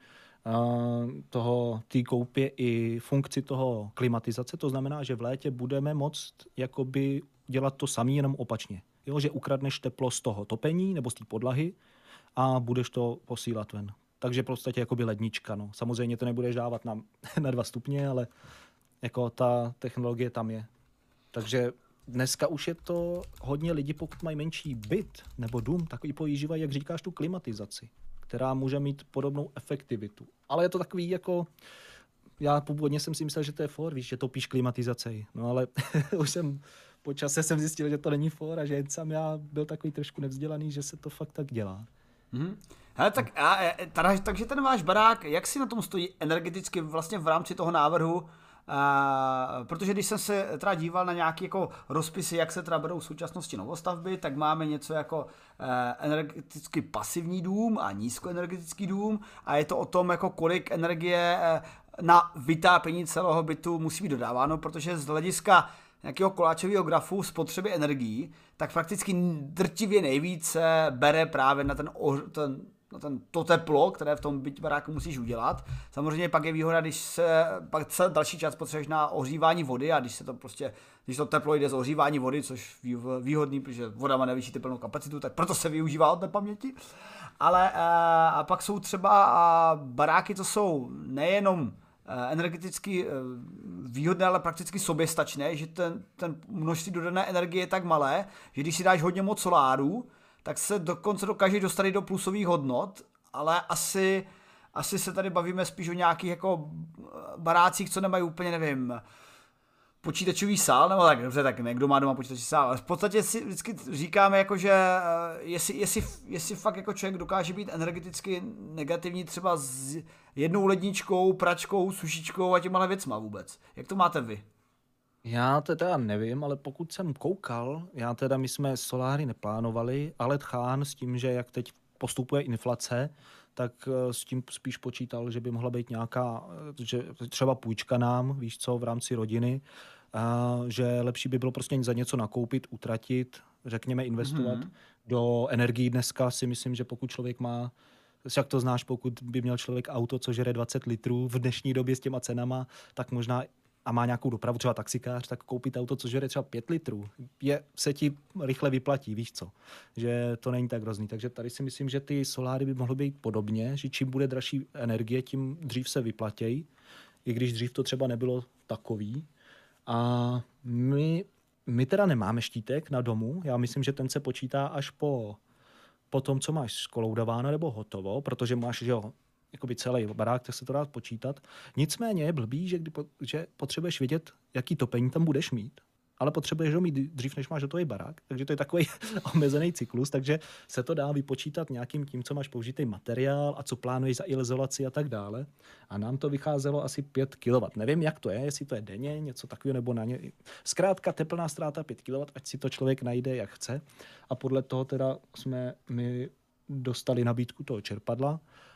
toho, té koupě i funkci toho klimatizace, to znamená, že v létě budeme moct jakoby dělat to samé, jenom opačně. Jo, že ukradneš teplo z toho topení nebo z té podlahy a budeš to posílat ven. Takže v podstatě jakoby lednička. No. Samozřejmě to nebudeš dávat na, na dva stupně, ale jako ta technologie tam je. Takže dneska už je to hodně lidí, pokud mají menší byt nebo dům, tak i používají, jak říkáš, tu klimatizaci, která může mít podobnou efektivitu. Ale je to takový jako... Já původně jsem si myslel, že to je for, víš, že topíš klimatizací. No ale už jsem... Po čase jsem zjistil, že to není for a že jen sám já byl takový trošku nevzdělaný, že se to fakt tak dělá. Hmm. Hele, tak, a, teda, takže ten váš barák, jak si na tom stojí energeticky vlastně v rámci toho návrhu, Uh, protože když jsem se teda díval na nějaké jako rozpisy, jak se teda berou v současnosti novostavby, tak máme něco jako uh, energeticky pasivní dům a nízkoenergetický dům a je to o tom, jako kolik energie uh, na vytápění celého bytu musí být dodáváno, protože z hlediska nějakého koláčového grafu spotřeby energií, tak prakticky drtivě nejvíce bere právě na ten, ten na ten, to teplo, které v tom bytě baráku musíš udělat. Samozřejmě pak je výhoda, když se pak další čas potřebuješ na ohřívání vody a když se to prostě, když to teplo jde z ohřívání vody, což je výhodný, protože voda má nejvyšší teplnou kapacitu, tak proto se využívá od té paměti. Ale a pak jsou třeba baráky, to jsou nejenom energeticky výhodné, ale prakticky soběstačné, že ten, ten množství dodané energie je tak malé, že když si dáš hodně moc soláru, tak se dokonce dokáže dostat do plusových hodnot, ale asi, asi se tady bavíme spíš o nějakých jako barácích, co nemají úplně, nevím, počítačový sál, nebo tak, dobře, tak někdo má doma počítačový sál, ale v podstatě si vždycky říkáme, jako, že jestli, jestli, jestli fakt jako člověk dokáže být energeticky negativní třeba s jednou ledničkou, pračkou, sušičkou a těma věcma vůbec. Jak to máte vy? Já teda nevím, ale pokud jsem koukal, já teda, my jsme soláry neplánovali, ale Tchán s tím, že jak teď postupuje inflace, tak s tím spíš počítal, že by mohla být nějaká, že třeba půjčka nám, víš co, v rámci rodiny, a že lepší by bylo prostě za něco nakoupit, utratit, řekněme investovat mm-hmm. do energií. Dneska si myslím, že pokud člověk má, jak to znáš, pokud by měl člověk auto, co žere dvacet litrů v dnešní době s těma cenama, tak možná a má nějakou dopravu, třeba taxikář, tak koupit auto, co žere třeba pět litrů, je, se ti rychle vyplatí, víš co, že to není tak hrozný. Takže tady si myslím, že ty soláry by mohly být podobně, že čím bude dražší energie, tím dřív se vyplatějí, i když dřív to třeba nebylo takový. A my, my teda nemáme štítek na domu, já myslím, že ten se počítá až po, po tom, co máš skoloudováno nebo hotovo, protože máš, že jo, jakoby celý barák, tak se to dá počítat. Nicméně je blbý, že, kdy, že potřebuješ vědět, jaký topení tam budeš mít, ale potřebuješ ho mít dřív, než máš hotový barák, takže to je takový omezený cyklus, takže se to dá vypočítat nějakým tím, co máš použitý materiál a co plánuješ za izolaci a tak dále. A nám to vycházelo asi pět kilowattů. Nevím, jak to je, jestli to je denně, něco takového nebo na ně. Zkrátka teplná ztráta pět kilowattů, ať si to člověk najde, jak chce. A podle toho teda jsme my dostali nabídku toho čerpadla.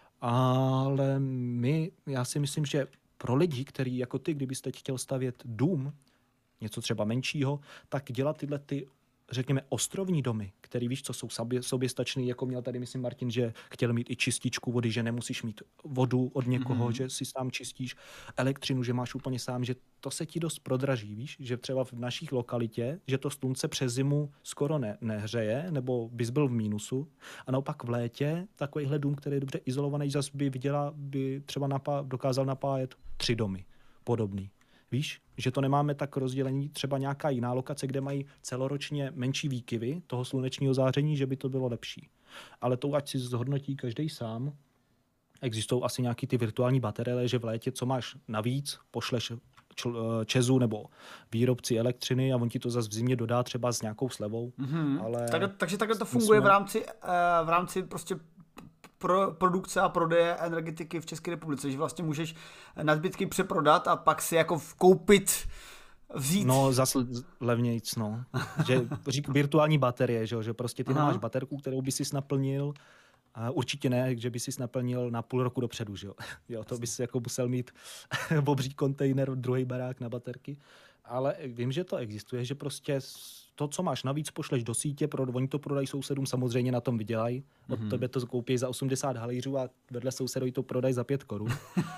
Ale my, já si myslím, že pro lidi, který jako ty, kdybyste chtěl stavět dům, něco třeba menšího, tak dělat tyhle ty, řekněme, ostrovní domy, který víš, co jsou sobě, soběstačný, jako měl tady, myslím, Martin, že chtěl mít i čističku vody, že nemusíš mít vodu od někoho, mm-hmm. že si sám čistíš elektřinu, že máš úplně sám, že to se ti dost prodraží, víš, že třeba v našich lokalitě, že to slunce přes zimu skoro ne, nehřeje, nebo bys byl v mínusu, a naopak v létě takovýhle dům, který je dobře izolovaný, zase by viděla, by třeba napá, dokázal napájet tři domy podobný. Víš, že to nemáme tak rozdělení, třeba nějaká jiná lokace, kde mají celoročně menší výkyvy toho slunečního záření, že by to bylo lepší. Ale to ať si zhodnotí každý sám. Existují asi nějaký ty virtuální baterie, že v létě, co máš navíc, pošleš ČEZu nebo výrobci elektřiny a on ti to zase v zimě dodá třeba s nějakou slevou. Mm-hmm. Ale tak, takže takhle to funguje jsme... v rámci, v rámci prostě pro produkce a prodeje energetiky v České republice, že vlastně můžeš nadbytky přeprodat a pak si jako koupit, vzít. No zase levnějc, no. Že řík virtuální baterie, že, že prostě ty nemáš baterku, kterou by sis naplnil, a určitě ne, že by sis naplnil na půl roku dopředu, že jo. jo to bys jako musel mít obří kontejner, druhý barák na baterky. Ale vím, že to existuje, že prostě to, co máš navíc, pošleš do sítě, pro, oni to prodají sousedům, samozřejmě na tom vydělají. Od mm-hmm. tebe to koupí za osmdesát halířů a vedle sousedovi to prodají za pět korun.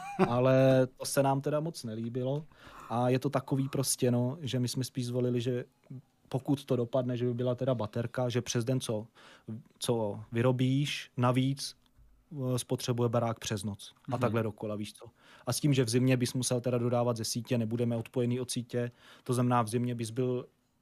Ale to se nám teda moc nelíbilo. A je to takový prostě, no, že my jsme spíš zvolili, že pokud to dopadne, že by byla teda baterka, že přes den, co, co vyrobíš, navíc spotřebuje barák přes noc. A mm-hmm. takhle dokola, víš co. A s tím, že v zimě bys musel teda dodávat ze sítě, nebudeme odpojený od sítě, to znamená v zimě bys byl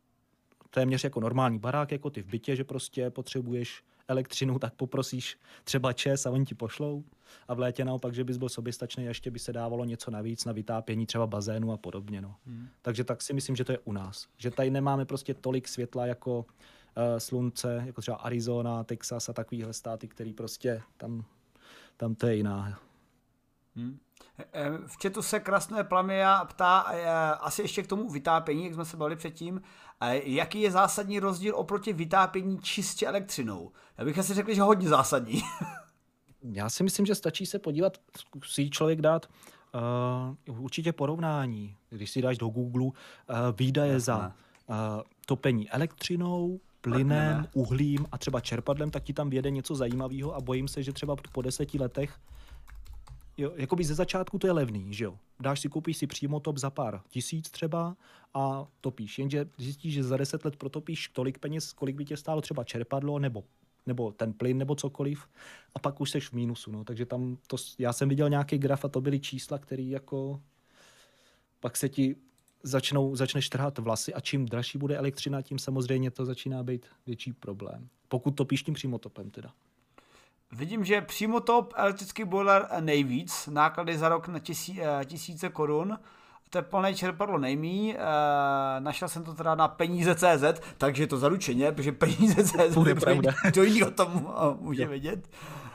téměř jako normální barák, jako ty v bytě, že prostě potřebuješ elektřinu, tak poprosíš třeba ČEZ a oni ti pošlou. A v létě naopak, že bys byl soběstačný a ještě by se dávalo něco navíc na vytápění třeba bazénu a podobně. No. Hmm. Takže tak si myslím, že to je u nás. Že tady nemáme prostě tolik světla jako uh, slunce, jako třeba Arizona, Texas a takovýhle státy, který prostě tam, tam to je jiná. Hmm. V chatu se Krasné Plamia ptá, asi ještě k tomu vytápění, jak jsme se bavili předtím, jaký je zásadní rozdíl oproti vytápění čistě elektřinou? Já bych asi řekl, že hodně zásadní. Já si myslím, že stačí se podívat, si člověk dát uh, určitě porovnání, když si dáš do Google uh, výdaje Jasné. za uh, topení elektřinou, plynem, ne. uhlím a třeba čerpadlem, tak ti tam vyjede něco zajímavého a bojím se, že třeba po deseti letech, jo, jakoby ze začátku to je levný, že jo. Dáš si, koupíš si přímo top za pár tisíc třeba a topíš, jenže zjistíš, že za deset let protopíš tolik peněz, kolik by tě stálo třeba čerpadlo nebo nebo ten plyn, nebo cokoliv, a pak už seš v mínusu, no, takže tam to, já jsem viděl nějaký graf a to byly čísla, který jako pak se ti začnou, začneš trhat vlasy a čím dražší bude elektřina, tím samozřejmě to začíná být větší problém. Pokud topíš tím přímotopem teda. Vidím, že přímotop elektrický boiler nejvíc, náklady za rok na tisí, tisíce korun, teplné čerpadlo nejmí, e, našel jsem to teda na peníze tečka cé zet, takže je to zaručeně, protože peníze tečka cé zet to jiného tam může vidět.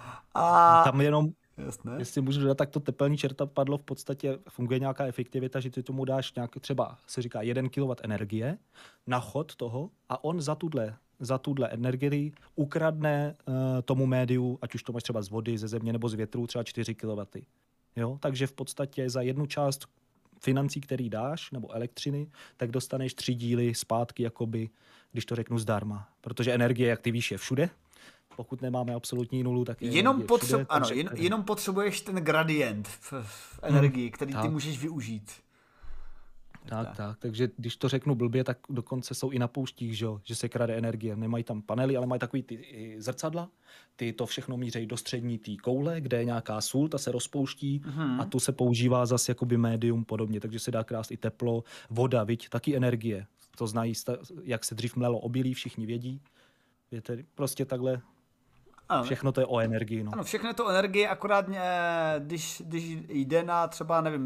A tam jenom, jasné. Jestli můžu dodat, tak to teplné čerpadlo v podstatě funguje nějaká efektivita, že ty tomu dáš nějak třeba, se říká, jeden kilowatt energie na chod toho a on za tuhle, za tuhle energii ukradne uh, tomu médiu, ať už to máš třeba z vody, ze země nebo z větru, třeba čtyři kilowatty. Jo? Takže v podstatě za jednu část financí, který dáš, nebo elektřiny, tak dostaneš tři díly zpátky, jakoby, když to řeknu zdarma. Protože energie, jak ty víš, je všude. Pokud nemáme absolutní nulu, tak je jenom, potřeb, všude, ano, jen, jenom potřebuješ ten gradient v, v energii, hmm, který tak. ty můžeš využít. Tak, tak, tak. Takže když to řeknu blbě, tak dokonce jsou i na pouštích, že, že se krade energie. Nemají tam panely, ale mají takový ty zrcadla. Ty to všechno mířejí do střední té koule, kde je nějaká sůl, ta se rozpouští hmm. a tu se používá zase jakoby médium podobně, takže se dá krást i teplo, voda, viď, taky energie. To znají, jak se dřív mlelo obilí, všichni vědí. Víte, prostě takhle. Ano. Všechno to je o energii. No. Ano, všechno je to o energii, akorát když, když jde na třeba, nevím,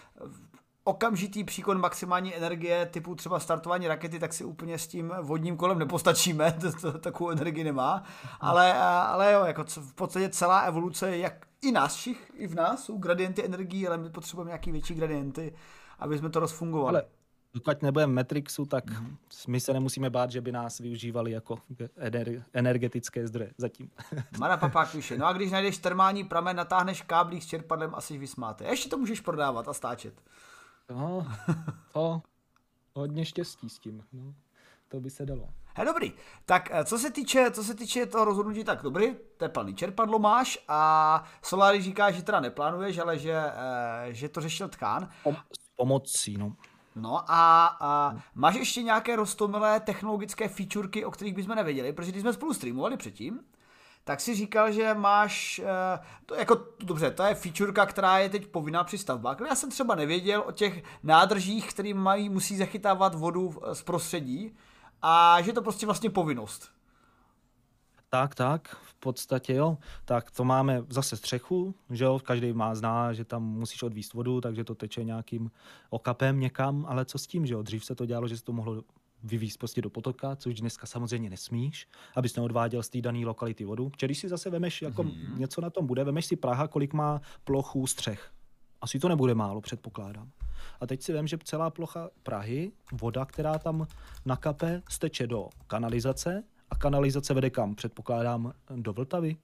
okamžitý příkon maximální energie typu třeba startování rakety, tak si úplně s tím vodním kolem nepostačíme, to, to, takovou energii nemá, ale, ale jo, jako v podstatě celá evoluce, jak i nás všich, i v nás jsou gradienty energií, ale my potřebujeme nějaký větší gradienty, aby jsme to rozfungovali. Ale dokud nebudeme Matrixu, tak mm-hmm. my se nemusíme bát, že by nás využívali jako energetické zdroje zatím. Mara Papák píše, no a když najdeš termální pramen, natáhneš káblík s čerpadlem a jsi vysmátý. Ještě to můžeš prodávat a stáčet. No, to hodně štěstí s tím. No, to by se dalo. He, dobrý. Tak co se týče, co se týče toho rozhodnutí, tak dobrý, teplný čerpadlo máš a Solary říká, že teda neplánuješ, ale že, že to řešil Tchán. S pomocí, no. No a, a máš ještě nějaké roztomilé technologické featureky, o kterých bychom nevěděli, protože když jsme spolu streamovali předtím, tak si říkal, že máš, to jako, dobře, to je featureka, která je teď povinná při stavbách, ale já jsem třeba nevěděl o těch nádržích, které mají, musí zachytávat vodu z prostředí a že to prostě vlastně povinnost. Tak, tak, v podstatě jo. Tak to máme zase střechu, že jo, každý má zná, že tam musíš odvíst vodu, takže to teče nějakým okapem někam, ale co s tím, že jo, dřív se to dělalo, že se to mohlo vyvízt prostě do potoka, což dneska samozřejmě nesmíš, abys neodváděl z té dané lokality vodu. Protože když si zase vemeš, jako hmm. něco na tom bude, vemeš si Praha, kolik má plochu střech. Asi to nebude málo, předpokládám. A teď si vem, že celá plocha Prahy, voda, která tam nakape, steče do kanalizace a kanalizace vede kam? Předpokládám do Vltavy.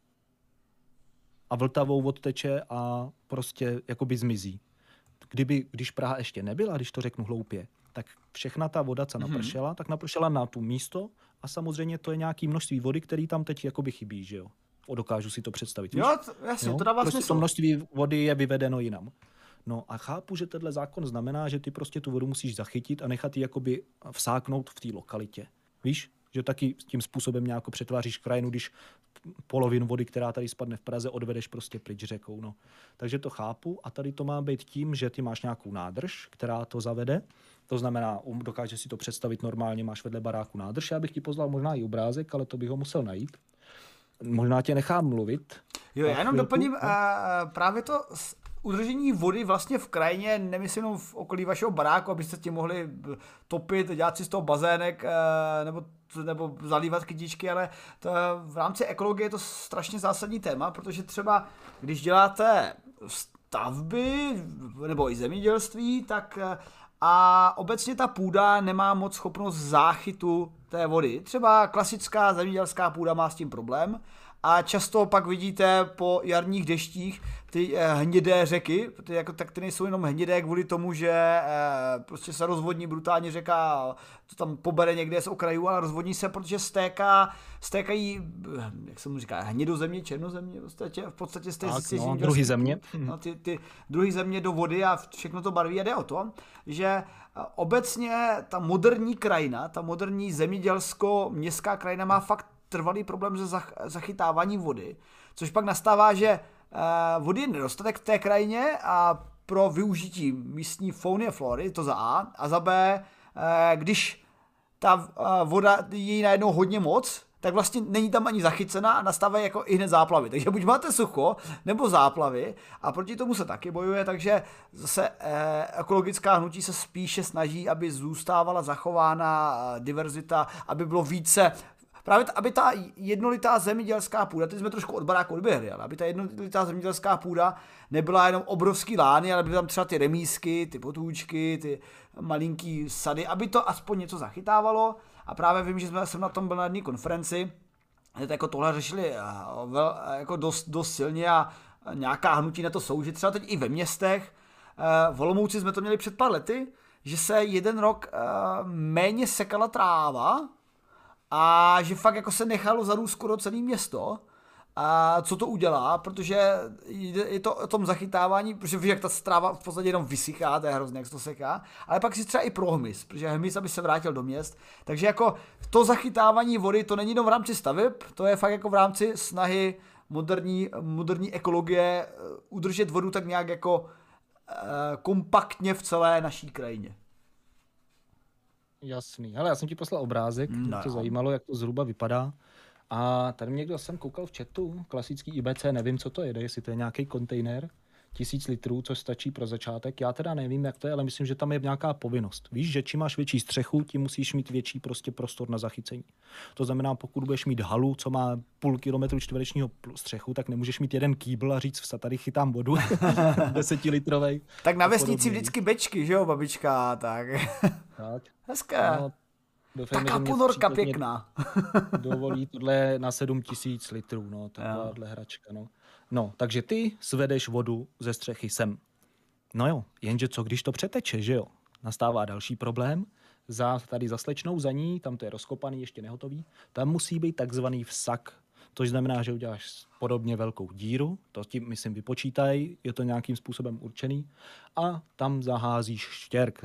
A Vltavou odteče a prostě jakoby zmizí. Kdyby, když Praha ještě nebyla, když to řeknu hloupě, tak všechna ta voda, co napršela, mm-hmm. tak napršela na tu místo a samozřejmě to je nějaké množství vody, který tam teď jakoby chybí, že jo? O, dokážu si to představit. Jo, to, jasně, jo? To dává prostě smysl. To množství vody je vyvedeno jinam. No a chápu, že tenhle zákon znamená, že ty prostě tu vodu musíš zachytit a nechat ji jakoby vsáknout v té lokalitě. Víš? Že taky tím způsobem nějak přetváříš krajinu, když polovinu vody, která tady spadne v Praze, odvedeš prostě pryč řekou. No. Takže to chápu a tady to má být tím, že ty máš nějakou nádrž, která to zavede. To znamená, dokáže si to představit normálně, máš vedle baráku nádrž. Já bych ti poslal možná i obrázek, ale to bych ho musel najít. Možná tě nechám mluvit. Jo, já jenom doplním, no. právě to udržení vody vlastně v krajině, nemyslím jenom v okolí vašeho baráku, abyste tím mohli topit, dělat si z toho bazének nebo, nebo zalívat kytičky, ale to, v rámci ekologie je to strašně zásadní téma, protože třeba když děláte stavby nebo i zemědělství, tak a obecně ta půda nemá moc schopnost záchytu té vody. Třeba klasická zemědělská půda má s tím problém a často pak vidíte po jarních deštích ty hnědé řeky, ty, jako, tak ty nejsou jenom hnědé kvůli tomu, že eh, prostě se rozvodní brutálně řeka, to tam pobere někde z okrajů, ale rozvodní se, protože stéká, stékají, jak se mu říká, hnědozemě, černozemě, v podstatě, v podstatě z té tak, no, druhý země. No, ty, ty druhý země do vody a všechno to barví a jde o to, že obecně ta moderní krajina, ta moderní zemědělsko-městská krajina má fakt trvalý problém se zachytáváním vody, což pak nastává, že vody je nedostatek v té krajině a pro využití místní fauny a flory, to za A, a za B, když ta voda je najednou hodně moc, tak vlastně není tam ani zachycená a nastávají jako i hned záplavy. Takže buď máte sucho, nebo záplavy a proti tomu se taky bojuje, takže zase eh, ekologická hnutí se spíše snaží, aby zůstávala zachována diverzita, aby bylo více. Právě t- aby ta jednolitá zemědělská půda, teď jsme trošku od baráku odběhli, ale aby ta jednolitá zemědělská půda nebyla jenom obrovský lány, ale byly tam třeba ty remísky, ty potůčky, ty malinký sady, aby to aspoň něco zachytávalo. A právě vím, že jsme, jsem na tom byl na jedné konferenci, kde jako tohle řešili vel, jako dost, dost silně a nějaká hnutí na to jsou, že třeba teď i ve městech, v Olomouci jsme to měli před pár lety, že se jeden rok méně sekala tráva, a že fakt jako se nechalo zarůst skoro celé město. A co to udělá, protože je to o tom zachytávání, protože víš, jak ta stráva v podstatě jenom vysychá, to je hrozně, jak se to seká, ale pak si třeba i pro hmyz, protože hmyz, aby se vrátil do měst. Takže jako to zachytávání vody, to není jenom v rámci staveb, to je fakt jako v rámci snahy moderní, moderní ekologie udržet vodu tak nějak jako eh, kompaktně v celé naší krajině. Jasný. Hele, já jsem ti poslal obrázek, no. Mě to zajímalo, jak to zhruba vypadá. A tady někdo jsem koukal v chatu, klasický I B C, nevím, co to jede, jestli to je nějaký kontejner, tisíc litrů, což stačí pro začátek. Já teda nevím, jak to je, ale myslím, že tam je nějaká povinnost. Víš, že čím máš větší střechu, tím musíš mít větší prostě prostor na zachycení. To znamená, pokud budeš mít halu, co má půl kilometru čtverečního střechu, tak nemůžeš mít jeden kýbl a říct, vsa, tady chytám vodu, desetilitrovej. Tak na vesnici vždycky bečky, že jo, babička, tak. Tak. Hezké. No, doufám, taká ponorka pěkná. Dovolí tohle na sedm tisíc litrů, no, takováhle hračka, no. No, takže ty svedeš vodu ze střechy sem. No jo, jenže co, když to přeteče, že jo? Nastává další problém. Za, tady za slečnou, za ní, tam to je rozkopaný, ještě nehotový. Tam musí být takzvaný vsak. To znamená, že uděláš podobně velkou díru, to tím, myslím, vypočítají, je to nějakým způsobem určený, a tam zaházíš štěrk,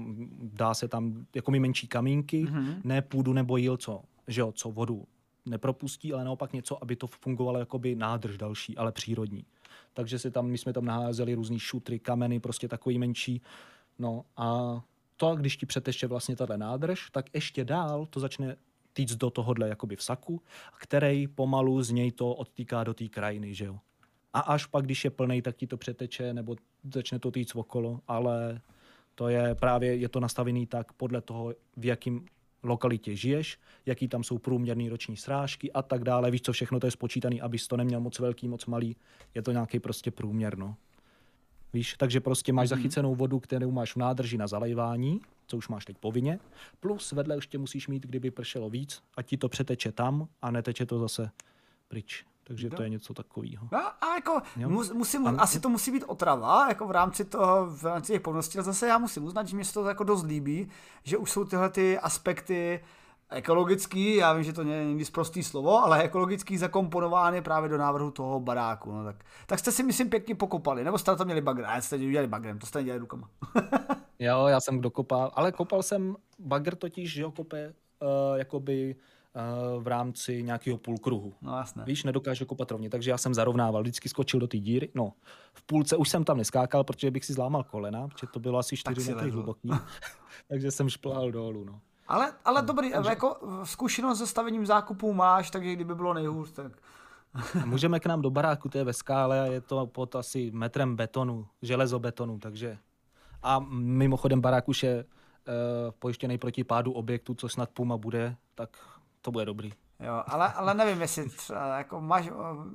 dá se tam jako menší kamínky, mm-hmm. ne půdu nebo jíl, co, že jo, co vodu nepropustí, ale naopak něco, aby to fungovalo jakoby nádrž další, ale přírodní. Takže si tam, my jsme tam naházeli různý šutry, kameny, prostě takový menší. No a to, když ti přeteče vlastně tato nádrž, tak ještě dál to začne týct do tohohle jakoby vsaku, který pomalu z něj to odtýká do té krajiny, že jo. A až pak, když je plnej, tak ti to přeteče, nebo začne to týct okolo, ale to je právě, je to nastavený tak podle toho, v jakým lokalitě žiješ, jaký tam jsou průměrný roční srážky a tak dále. Víš, co všechno to je spočítaný, abys to neměl moc velký, moc malý. Je to nějaký prostě průměr, no. Víš, takže prostě máš mm-hmm. zachycenou vodu, kterou máš v nádrži na zalejvání, co už máš teď povinně, plus vedle ještě musíš mít, kdyby pršelo víc, a ti to přeteče tam a neteče to zase pryč. Takže to je něco takového. No, a jako mus, musím, a... asi to musí být otrava, jako v rámci toho, v rámci těch povinností, ale zase já musím uznat, že mě se to jako dost líbí, že už jsou tyhle ty aspekty ekologický, já vím, že to není prostý slovo, ale ekologický zakomponovány právě do návrhu toho baráku. No, tak, tak jste si, myslím, pěkně pokopali, nebo jste to měli bagr, a jste udělali bagrem, to jste nedělali rukama. Jo, já jsem dokopal, ale kopal jsem bagr totiž, že ho kope uh, jakoby uh, v rámci nějakého půlkruhu. No jasné. Víš, nedokáže kopat rovně, takže já jsem zarovnával, vždycky skočil do té díry, no v půlce už jsem tam neskákal, protože bych si zlámal kolena, protože to bylo asi čtyři metry hluboký, takže jsem šplhal dolů, no. Ale, ale dobrý, takže... jako zkušenost se stavením zákupů máš, takže kdyby bylo nejhůř, tak... Můžeme k nám do baráku, to je ve skále a je to pod asi metrem betonu, železobetonu, takže... A mimochodem barák už je uh, pojištěný proti pádu objektu, co snad Puma bude, tak to bude dobrý. Jo, ale, ale nevím, jestli třeba, jako máš,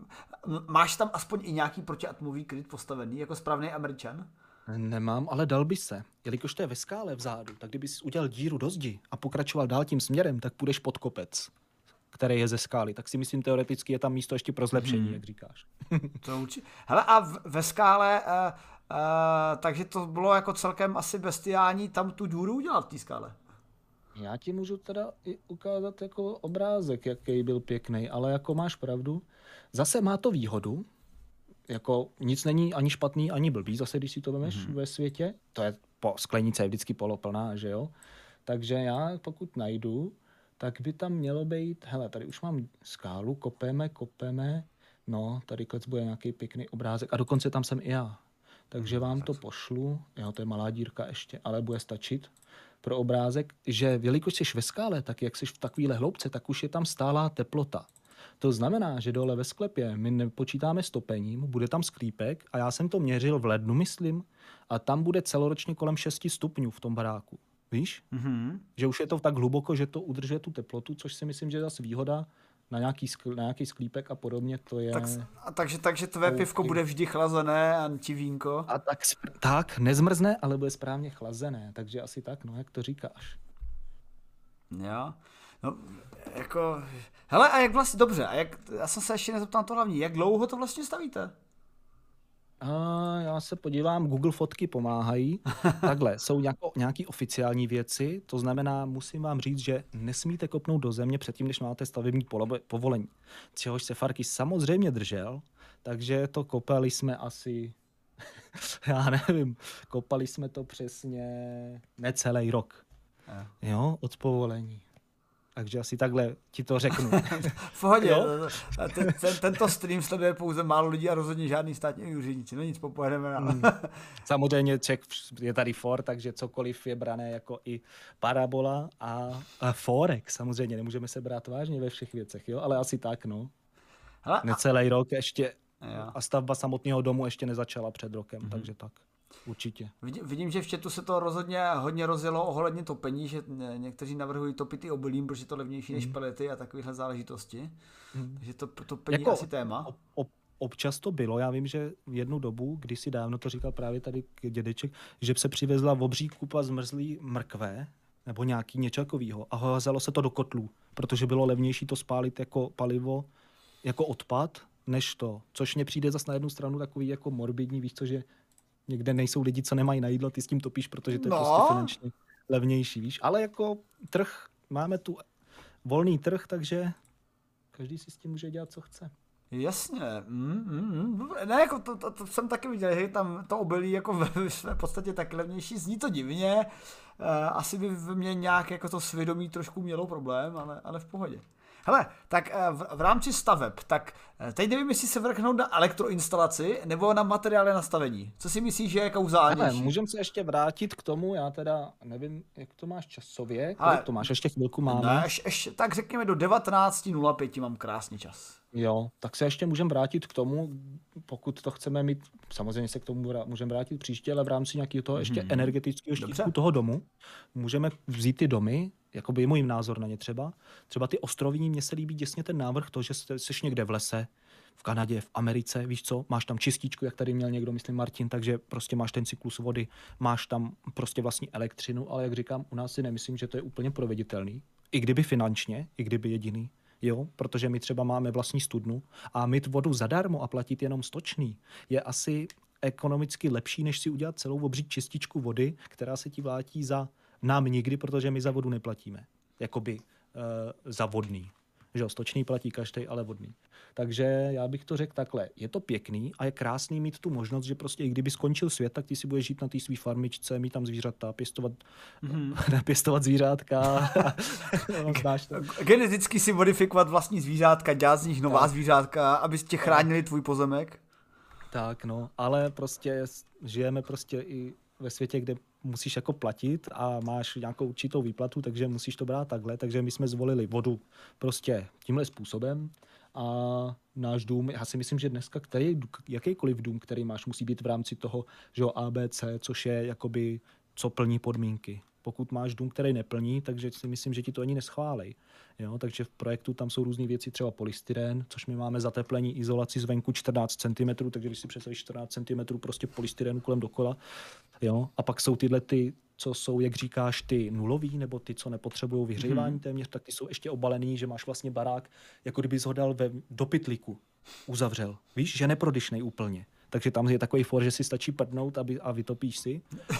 máš tam aspoň i nějaký protiatmový kryt postavený, jako správný Američan? Nemám, ale dal by se. Jelikož to je ve skále vzadu, tak kdybys udělal díru do zdi a pokračoval dál tím směrem, tak půjdeš pod kopec, který je ze skály. Tak si myslím, teoreticky je tam místo ještě pro zlepšení, hmm. jak říkáš. To určitě. Hele, a v, ve skále, uh, uh, takže to bylo jako celkem asi bestiální tam tu díru udělat v té skále. Já ti můžu teda i ukázat jako obrázek, jaký byl pěkný, ale jako máš pravdu. Zase má to výhodu, jako nic není ani špatný, ani blbý, zase když si to vemeš mm-hmm. ve světě. To je, po, sklenice je vždycky poloplná, že jo. Takže já pokud najdu, tak by tam mělo být, hele, tady už mám skálu, kopeme, kopeme, no, tady klec bude nějaký pěkný obrázek a dokonce tam jsem i já. Takže vám to pošlu, jo, to je malá dírka ještě, ale bude stačit pro obrázek, že jelikož jsi ve skále, tak jak jsi v takovéhle hloubce, tak už je tam stálá teplota. To znamená, že dole ve sklepě my nepočítáme stopením, bude tam sklípek a já jsem to měřil v lednu, myslím, a tam bude celoročně kolem šesti stupňů v tom baráku. Víš? Mm-hmm. Že už je to tak hluboko, že to udržuje tu teplotu, což si myslím, že je zase výhoda na nějaký, skl, na nějaký sklípek a podobně. To je... Tak, a takže, takže tvé pivko bude vždy chlazené a ti vínko? A tak, tak, nezmrzne, ale bude správně chlazené. Takže asi tak, no, jak to říkáš. Jo. No, jako... Hele, a jak vlastně, dobře, a jak, já jsem se ještě nezeptal to hlavní, jak dlouho to vlastně stavíte? A já se podívám, Google fotky pomáhají. Takhle, jsou nějako, nějaký oficiální věci, to znamená, musím vám říct, že nesmíte kopnout do země předtím, než máte stavební povolení. Čehož se Farky samozřejmě držel, takže to kopali jsme asi, já nevím, kopali jsme to přesně necelý rok. Jo, od povolení. Takže asi takhle ti to řeknu. V pohodě. ten, ten, tento stream sleduje pouze málo lidí a rozhodně žádný státní úředníci. No nic, popojedeme na... hmm. Samozřejmě Czech je tady for, takže cokoliv je brané jako i parabola a, a forek. Samozřejmě nemůžeme se brát vážně ve všech věcech, jo? Ale asi tak, no. Hele, necelý a... rok ještě jo. A stavba samotného domu ještě nezačala před rokem, mm-hmm. takže tak. Určitě. Vidím, vidím, že v chatu se to rozhodně hodně rozjelo ohledně topení, že někteří navrhují topit i obilím, protože je to levnější mm. než pelety a takovéhle záležitosti. Mm. Takže to topení jako asi téma. Ob, ob, občas to bylo, já vím, že v jednu dobu, kdysi dávno to říkal právě tady dědeček, že se přivezla obří kupa zmrzlý mrkve nebo nějaký něco takového a házelo se to do kotlů, protože bylo levnější to spálit jako palivo, jako odpad, než to. Což mně přijde zase na jednu stranu takový jako morbidní, víš co, že někde nejsou lidi, co nemají na jídlo, ty s tím topíš, protože to je no. prostě finančně levnější, víš. Ale jako trh, máme tu volný trh, takže každý si s tím může dělat, co chce. Jasně. Mm, mm, ne, jako to, to, to jsem taky viděl, že tam to obilí jako ve své podstatě tak levnější. Zní to divně. Uh, asi by v mě nějak jako to svědomí trošku mělo problém, ale, ale v pohodě. Hele, tak v, v rámci staveb, tak teď nevím, jestli se vrchnout na elektroinstalaci nebo na materiály nastavení. Co si myslíš, že je kauzálnější? Můžeme se ještě vrátit k tomu, já teda nevím, jak to máš časově, kolik to máš, ještě chvilku máme. Ne, ještě, ještě, tak řekněme do devatenáct nula pět mám krásný čas. Jo, tak se ještě můžeme vrátit k tomu, pokud to chceme mít, samozřejmě se k tomu můžeme vrátit příště, ale v rámci nějakého toho ještě hmm. energetického štítku toho domu můžeme vzít ty domy, jakoby je můj názor na ně třeba. Třeba ty ostrovní, mně se líbí děsně ten návrh, to, že jsi někde v lese, v Kanadě, v Americe, víš co, máš tam čističku, jak tady měl někdo, myslím Martin, takže prostě máš ten cyklus vody, máš tam prostě vlastní elektřinu, ale jak říkám, u nás si nemyslím, že to je úplně proveditelný, i kdyby finančně, i kdyby jediný. Jo, protože my třeba máme vlastní studnu a mít vodu zadarmo a platit jenom stočný je asi ekonomicky lepší, než si udělat celou obří čističku vody, která se ti vrátí za nám nikdy, protože my za vodu neplatíme. Jakoby uh, za vodný. Že stočný platí každý, ale vodný. Takže já bych to řekl takhle. Je to pěkný a je krásný mít tu možnost, že prostě i kdyby skončil svět, tak ty si budeš žít na té svý farmičce, mít tam zvířata, pěstovat, mm-hmm. pěstovat zvířátka. Znáš to. Geneticky si modifikovat vlastní zvířátka, dělat z nich nová tak. zvířátka, aby tě chránili tvůj pozemek. Tak no, ale prostě žijeme prostě i ve světě, kde musíš jako platit a máš nějakou určitou výplatu, takže musíš to brát takhle, takže my jsme zvolili vodu prostě tímhle způsobem a náš dům, já si myslím, že dneska který, jakýkoliv dům, který máš, musí být v rámci toho, že jo, A B C, což je jakoby, co plní podmínky. pokud máš dům, který neplní, takže si myslím, že ti to ani neschválej. Jo, takže v projektu tam jsou různé věci, třeba polystyren, což my máme zateplení, izolaci zvenku čtrnáct centimetrů, takže když si představíš čtrnáct centimetrů prostě polystyrenu kolem dokola. Jo, a pak jsou tyhle ty, co jsou, jak říkáš, ty nulový, nebo ty, co nepotřebují vyhřívání hmm. téměř, tak ty jsou ještě obalený, že máš vlastně barák, jako kdyby ho dal ve, do pytlíku, uzavřel. Víš, že neprodyšnej úplně. Takže tam je takový for, že si stačí prdnout aby, a vytopíš si.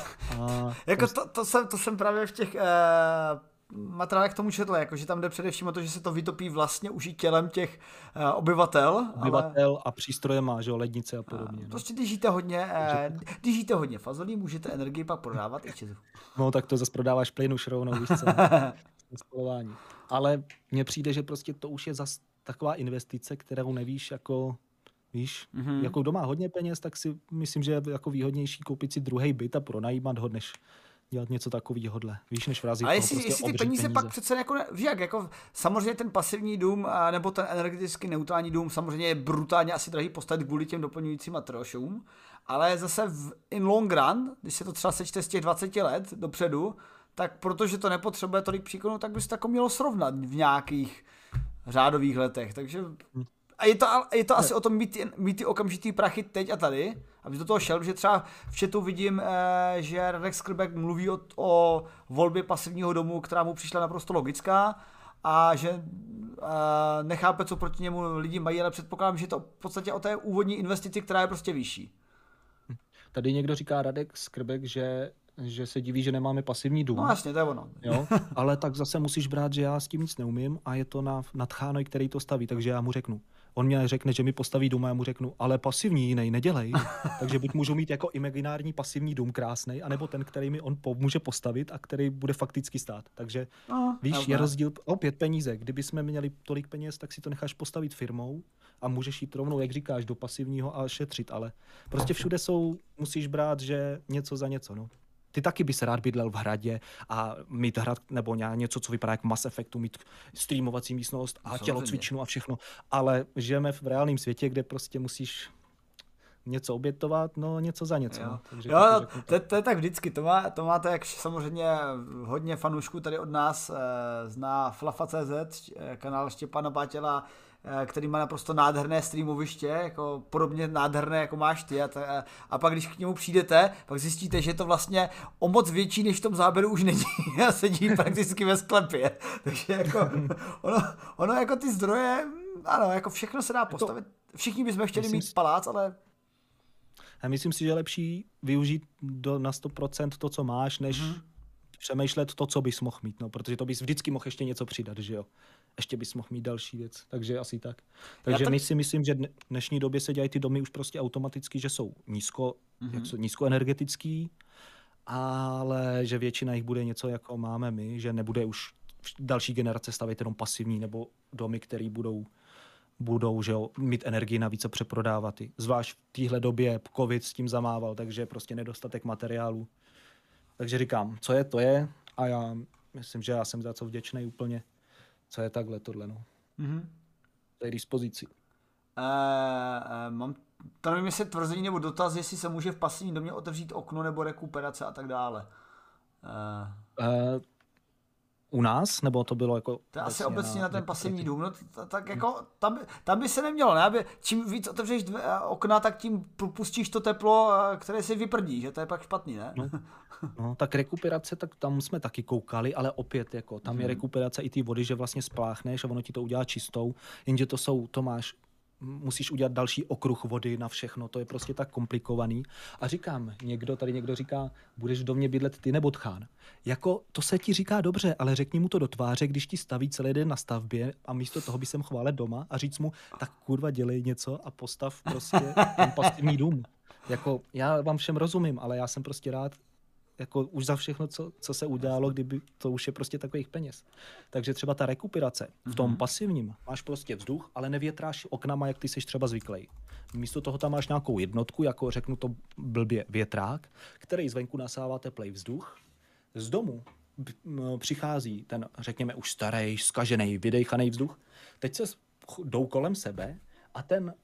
A jako to, to, jsem, to jsem právě v těch uh, materiálech k tomu četl, jako, že tam jde především o to, že se to vytopí vlastně už i tělem těch uh, obyvatel. Obyvatel ale... a přístroje má, že jo, lednice a podobně. Uh, prostě když žijete hodně, uh, když žijete hodně fazolí, můžete energii pak prodávat i čizu. No tak to zase prodáváš plyn už rovnou, víš co? Spalování. Ale mně přijde, že prostě to už je zase taková investice, kterou nevíš jako... Víš, mm-hmm. jako kdo má hodně peněz, tak si myslím, že je jako výhodnější koupit si druhý byt a pronajímat ho, než dělat něco takovýhodle. Víš, než vrazit. A jestli, prostě jestli ty peníze, peníze pak přece jako, víš jak, jako samozřejmě ten pasivní dům a, nebo ten energeticky neutrální dům samozřejmě je brutálně asi drahý postavit kvůli těm doplňujícím materiálům, ale zase v in long run, když se to třeba sečte z těch dvacet let dopředu, tak protože to nepotřebuje tolik příkonů, tak by se to jako mělo srovnat v nějakých řádových letech, takže... Hmm. A je to, je to asi o tom mít, mít ty okamžitý prachy teď a tady, aby do toho šel, že třeba v chatu vidím, eh, že Radek Skrbek mluví o, o volbě pasivního domu, která mu přišla naprosto logická a že eh, nechápe, co proti němu lidi mají, ale předpokládám, že je to v podstatě o té úvodní investici, která je prostě vyšší. Tady někdo říká Radek Skrbek, že že se diví, že nemáme pasivní dům. No jasně, to je ono. Jo? Ale tak zase musíš brát, že já s tím nic neumím a je to na, na Tchánoj, který to staví, takže já mu řeknu. On mě řekne, že mi postaví dům a já mu řeknu, ale pasivní jiný nedělej. Takže buď můžu mít jako imaginární pasivní dům krásnej, anebo ten, který mi on po, může postavit a který bude fakticky stát. Takže no, víš, okay. Je rozdíl opět peníze. Kdyby jsme měli tolik peněz, tak si to necháš postavit firmou a můžeš jít rovnou, jak říkáš, do pasivního a šetřit, ale prostě všude jsou, musíš brát, že něco za něco, no. Ty taky bys rád bydlel v hradě a mít hrad nebo něco, co vypadá jak Mass Effectu, mít streamovací místnost a tělocvičnu a všechno. Ale žijeme v reálném světě, kde prostě musíš něco obětovat, no něco za něco. Jo, no. Takže jo to, to, to je tak vždycky. To, má, to máte, jak samozřejmě hodně fanoušků tady od nás eh, zná Flafa tečka cé zet, kanál Štěpana Bátěla, který má naprosto nádherné streamoviště, jako podobně nádherné, jako máš ty. A, ta, a pak, když k němu přijdete, pak zjistíte, že je to vlastně o moc větší, než v tom záběru už není. A sedí prakticky ve sklepě. Takže jako, ono, ono jako ty zdroje, ano, jako všechno se dá postavit. Všichni bychom chtěli myslím, mít palác, ale... Já myslím si, že je lepší využít do, na sto procent to, co máš, než hmm. přemýšlet to, co bys mohl mít. No, protože to bys vždycky mohl ještě něco přidat, že jo. Ještě bys mohl mít další věc, takže asi tak. Takže tak... my si myslím, že v dnešní době se dělají ty domy už prostě automaticky, že jsou nízko, mm-hmm. jak jsou nízkoenergetický, ale že většina jich bude něco, jako máme my, že nebude už další generace stavět jenom pasivní nebo domy, které budou, budou že jo, mít energii navíc a přeprodávat. Zvlášť v téhle době covid s tím zamával, takže prostě nedostatek materiálu. Takže říkám, co je, to je a já myslím, že já jsem za co vděčný úplně. Co je takhle tohle, no. Mm-hmm. To je dispozici. Uh, uh, mám, to nevím, jestli tvrzení nebo dotaz, jestli se může v pasivním domě otevřít okno nebo rekuperace a tak dále. Uh. Uh, u nás? Nebo to bylo jako... To je asi obecně na, na ten pasivní dům. No, t- tak jako tam, tam by se nemělo, ne? Aby čím víc otevřeš dve, okna, tak tím pustíš to teplo, které si vyprdí, že to je pak špatný, ne? No, no tak rekuperace, tak tam jsme taky koukali, ale opět jako tam hmm. je rekuperace i ty vody, že vlastně spláchneš a ono ti to udělá čistou, jenže to jsou, to máš, musíš udělat další okruh vody na všechno, to je prostě tak komplikovaný. A říkám, někdo, tady někdo říká, budeš v domě bydlet ty nebo Tchán. Jako, to se ti říká dobře, ale řekni mu to do tváře, když ti staví celý den na stavbě a místo toho by jsem chválet doma a říct mu, tak kurva dělej něco a postav prostě ten pasivní dům. Jako, já vám všem rozumím, ale já jsem prostě rád, jako už za všechno, co, co se udělalo, kdyby to už je prostě takových peněz. Takže třeba ta rekuperace v tom mm-hmm. pasivním máš prostě vzduch, ale nevětráš oknama, jak ty seš třeba zvyklý. Místo toho tam máš nějakou jednotku, jako řeknu to blbě větrák, který zvenku nasává teplej vzduch. Z domu přichází ten, řekněme, už starý, zkažený, vydejchaný vzduch. Teď se jdou kolem sebe a ten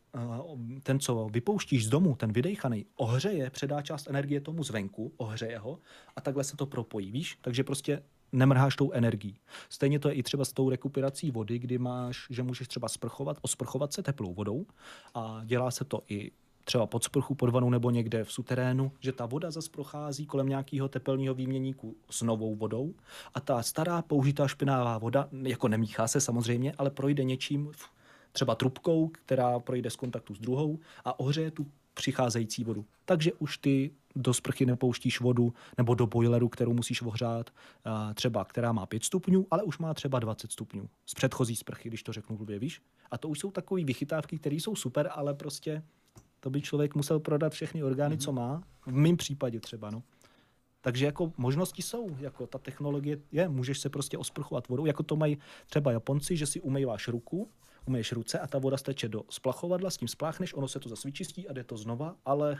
ten, co vypouštíš z domu, ten vydejchaný, ohřeje, předá část energie tomu zvenku, ohřeje ho a takhle se to propojí, víš? Takže prostě nemrháš tou energií. Stejně to je i třeba s tou rekuperací vody, kdy máš, že můžeš třeba sprchovat, osprchovat se teplou vodou a dělá se to i třeba pod sprchu, pod vanou nebo někde v suterénu, že ta voda zase prochází kolem nějakého tepelného výměníku s novou vodou a ta stará použitá špinavá voda, jako nemíchá se samozřejmě, ale projde něčím, třeba trubkou, která projde z kontaktu s druhou a ohřeje tu přicházející vodu. Takže už ty do sprchy nepouštíš vodu nebo do boileru, kterou musíš ohřát, třeba která má pět stupňů, ale už má třeba dvacet stupňů z předchozí sprchy, když to řeknu blbě, víš? A to už jsou takové vychytávky, které jsou super, ale prostě to by člověk musel prodat všechny orgány, mm-hmm. co má. V mém případě třeba, no. Takže jako možnosti jsou, jako ta technologie je, můžeš se prostě osprchovat vodou, jako to mají třeba Japonci, že si umýváš ruku, umyješ ruce a ta voda steče do splachovadla, s tím spláchneš, ono se to zase vyčistí a jde to znova, ale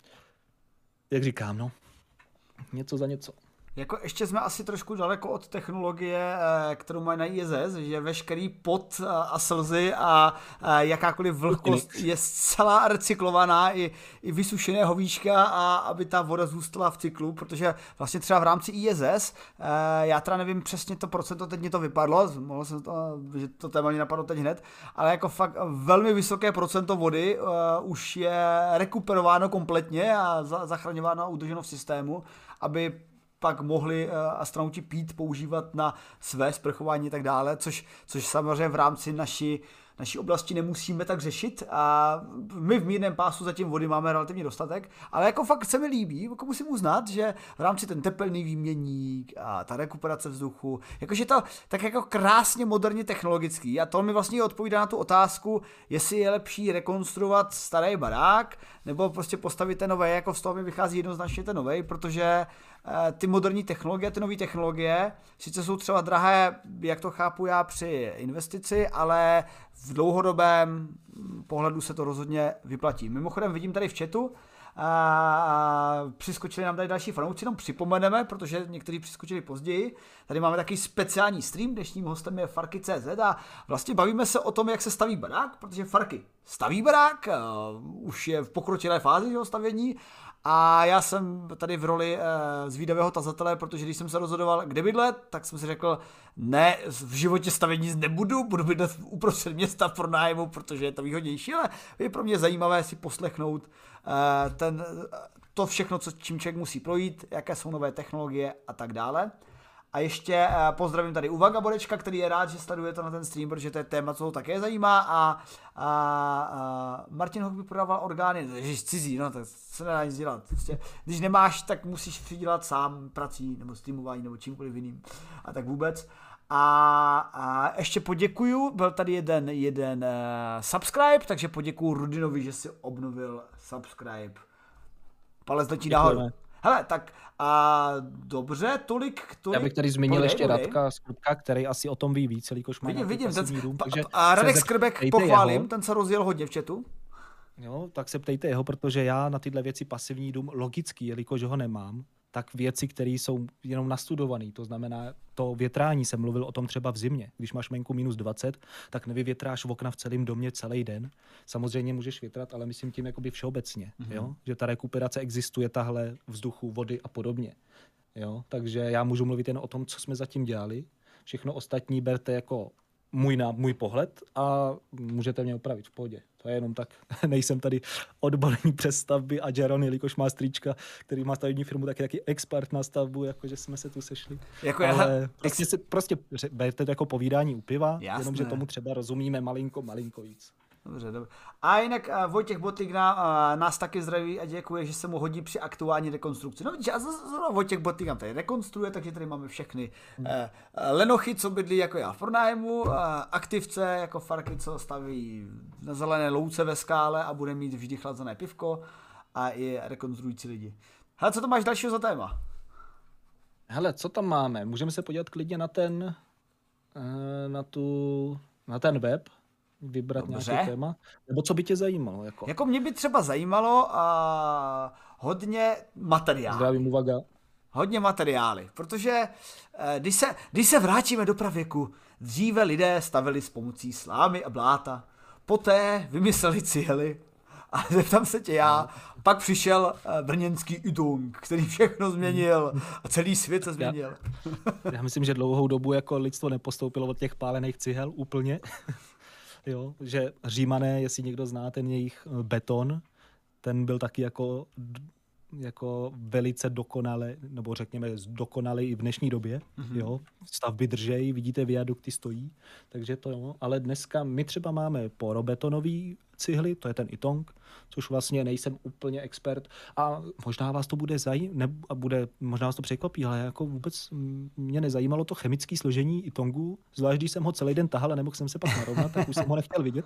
jak říkám, no, něco za něco. Jako ještě jsme asi trošku daleko od technologie, kterou mají na I S S, že veškerý pot a slzy a jakákoliv vlhkost je zcela recyklovaná, i, i vysušené hovíčka, a aby ta voda zůstala v cyklu, protože vlastně třeba v rámci I S S, já teda nevím přesně to procento, teď mě to vypadlo, mohlo jsem to, že to téma mě napadlo teď hned, ale jako fakt velmi vysoké procento vody uh, už je rekuperováno kompletně a za, zachraňováno a udrženo v systému, aby pak mohli uh, astronauti pít, používat na své sprchování a tak dále, což, což samozřejmě v rámci naší, naší oblasti nemusíme tak řešit a my v mírném pásu zatím vody máme relativně dostatek, ale jako fakt se mi líbí, jako musím uznat, že v rámci ten tepelný výměník a ta rekuperace vzduchu, jakože to tak jako krásně moderně technologický a to mi vlastně odpovídá na tu otázku, jestli je lepší rekonstruovat starý barák nebo prostě postavit ten nový, jako z toho mi vychází jednoznačně ten nový, protože ty moderní technologie, ty nové technologie, sice jsou třeba drahé, jak to chápu já při investici, ale v dlouhodobém pohledu se to rozhodně vyplatí. Mimochodem vidím tady v chatu, a přiskočili nám tady další fanoušci, jenom připomeneme, protože někteří přiskočili později. Tady máme takový speciální stream, dnešním hostem je Farky tečka cé zet a vlastně bavíme se o tom, jak se staví barák, protože Farky staví barák, uh, už je v pokročilé fázi jeho stavění. A já jsem tady v roli e, zvídavého tazatele, protože když jsem se rozhodoval, kde bydlet, tak jsem si řekl, ne, v životě stavět nic nebudu, budu bydlet uprostřed města v pronájmu, protože je to výhodnější, ale je pro mě zajímavé si poslechnout e, ten, to všechno, co, čím člověk musí projít, jaké jsou nové technologie a tak dále. A ještě eh, pozdravím tady Uvaga Borečka, který je rád, že sledujete na ten stream, protože to je téma, co ho také zajímá. A, a, a Martin Hoch by prodával orgány, ježiš, cizí, no tak se nedá nic dělat. Prostě, když nemáš, tak musíš přidělat sám prací, nebo streamování, nebo čímkoliv jiným. A tak vůbec. A, a ještě poděkuju, byl tady jeden, jeden uh, subscribe, takže poděkuju Rudinovi, že si obnovil subscribe. Palec letí nahoru. Hele, tak a dobře, tolik, tolik. Já bych tady zmínil podej, ještě podej. Radka Skrbka, který asi o tom ví víc, jelikož má vidím, vidím, ten, dům, pa, a Radek Skrbek pochválím, jeho. Ten se rozjel hodně v chatu. Jo, tak se ptejte jeho, protože já na tyhle věci pasivní dům logicky, jelikož ho nemám, tak věci, které jsou jenom nastudované, to znamená to větrání, jsem mluvil o tom třeba v zimě. Když máš venku minus dvacet, tak nevyvětráš okna v celém domě celý den. Samozřejmě můžeš větrat, ale myslím tím jakoby všeobecně, mm-hmm. jo? Že ta rekuperace existuje tahle vzduchu, vody a podobně. Jo? Takže já můžu mluvit jen o tom, co jsme zatím dělali. Všechno ostatní berte jako můj, ná, můj pohled a můžete mě opravit v pohodě. To je jenom tak, nejsem tady odborný přes stavby a Jaron, jelikož má strýčka, který má stavební firmu, tak je taky expert na stavbu, jakože jsme se tu sešli. Jako ale já, prostě, ex... se, prostě berte to jako povídání u piva, jenomže tomu třeba rozumíme malinko, malinko víc. Dobře, dobře. A jinak uh, Vojtěch Botik na, uh, nás taky zdraví a děkuje, že se mu hodí při aktuální rekonstrukci. No vidíš, a zrovna Vojtěch Botik nám tady rekonstruuje, takže tady máme všechny uh, lenochy, co bydlí jako já v pronájmu, uh, aktivce jako Farky, co staví na zelené louce ve skále a bude mít vždy chlazené pivko a i rekonstruující lidi. Hele, co to máš dalšího za téma? Hele, co tam máme? Můžeme se podívat klidně na ten, uh, na tu, na ten web, vybrat Dobře. Nějaké téma, nebo co by tě zajímalo? Jako, jako mě by třeba zajímalo uh, hodně materiálu. Zdravím, Uvaga. Hodně materiály, protože uh, když, se, když se vrátíme do pravěku, dříve lidé stavili s pomocí slámy a bláta, poté vymysleli cihly a zeptám se tě já, no. Pak přišel brněnský Ytong, který všechno změnil a celý svět se změnil. Já, já myslím, že dlouhou dobu jako lidstvo nepostoupilo od těch pálených cihel úplně. Jo, že Římané, jestli někdo zná ten jejich beton, ten byl taky jako, jako velice dokonale, nebo řekněme dokonalý i v dnešní době. Mm-hmm. Jo. Stavby držejí, vidíte, viadukty stojí, takže to jo. Ale dneska my třeba máme porobetonový cihly, to je ten Ytong, což vlastně nejsem úplně expert a možná vás to bude zajímat, a bude, možná vás to překvapí, ale jako vůbec mě nezajímalo to chemické složení Ytongu, zvlášť když jsem ho celý den tahal a nemohl jsem se pak narovnat, tak už jsem ho nechtěl vidět,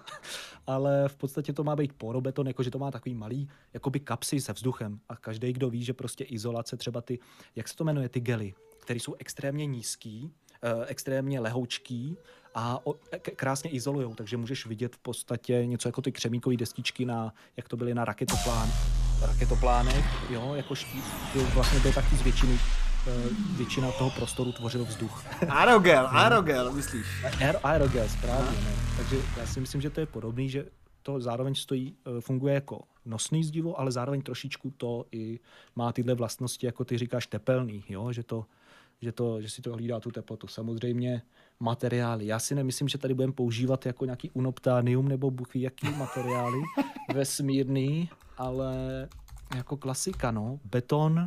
ale v podstatě to má být porobeton, jakože to má takový malý, jakoby kapsy se vzduchem a každý, kdo ví, že prostě izolace, třeba ty, jak se to jmenuje, ty gely, které jsou extrémně nízký, eh, extrémně lehoučký, a o, krásně izolujou, takže můžeš vidět v podstatě něco jako ty křemíkové destičky, na, jak to byly na raketoplán, raketoplánech, jo, jako štít, vlastně byl taky z většiny, většina toho prostoru tvořil vzduch. Aerogel, aerogel, myslíš? Aer, aerogel, správně, ne. Takže já si myslím, že to je podobný, že to zároveň stojí, funguje jako nosný zdivo, ale zároveň trošičku to i má tyhle vlastnosti, jako ty říkáš, tepelný, jo, že to Že, to, že si to hlídá tu teplotu. Samozřejmě materiály. Já si nemyslím, že tady budeme používat jako nějaký unobtánium nebo buchy, jaký materiály vesmírný, ale jako klasika, no. Beton,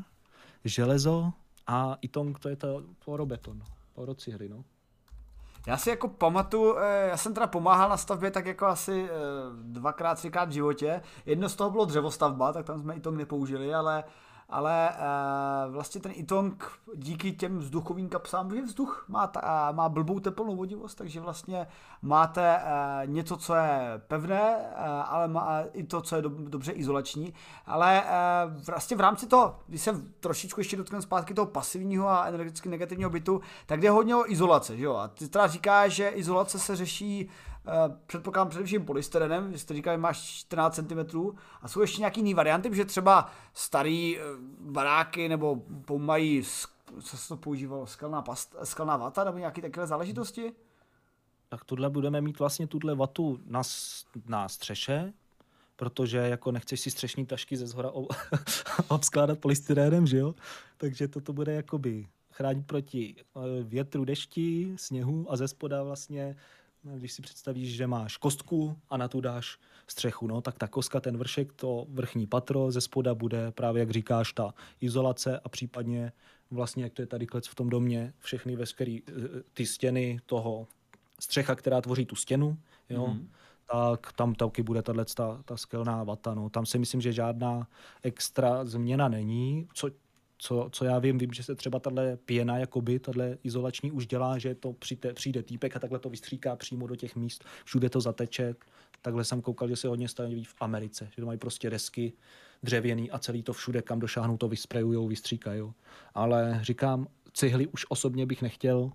železo a Ytong, to je to porobeton, porocihly, no. Já si jako pamatuju, já jsem teda pomáhal na stavbě tak jako asi dvakrát, třikrát v životě. Jedno z toho bylo dřevostavba, tak tam jsme Ytong nepoužili, ale ale uh, vlastně ten Ytong díky těm vzduchovým kapsám, že vzduch má, ta, uh, má blbou teplnou vodivost, takže vlastně máte uh, něco, co je pevné, uh, ale má i to, co je do, dobře izolační, ale uh, vlastně v rámci toho, když se trošičku ještě dotkneme zpátky toho pasivního a energeticky negativního bytu, tak jde hodně o izolace, že jo? A ty teda říkáš, že izolace se řeší Uh, předpokládám především polystyrenem, že jste říkali, máš čtrnáct centimetrů a jsou ještě nějaký jiný varianty, že třeba starý uh, baráky nebo mají, co se to používalo, skalná, past, skalná vata nebo nějaké takové záležitosti? Tak tuhle budeme mít vlastně tuhle vatu na, na střeše, protože jako nechceš si střešní tašky ze zhora obskládat polystyrenem, že jo? Takže toto bude jakoby chránit proti větru, dešti, sněhu a ze spoda vlastně, když si představíš, že máš kostku a na tu dáš střechu, no, tak ta kostka, ten vršek, to vrchní patro, ze spoda bude právě, jak říkáš, ta izolace a případně vlastně, jak to je tady klec v tom domě, všechny veškerý ty stěny toho střecha, která tvoří tu stěnu, jo, mm. tak tam taky bude tato ta, ta skelná vata, no. Tam si myslím, že žádná extra změna není, co Co, co já vím, vím, že se třeba tahle pěna, jakoby, tahle izolační už dělá, že to přijde, přijde týpek a takhle to vystříká přímo do těch míst, všude to zateče. Takhle jsem koukal, že se hodně staví v Americe, že to mají prostě desky dřevěný a celý to všude, kam došáhnou, to vysprejujou, vystříkají. Ale říkám, cihly už osobně bych nechtěl,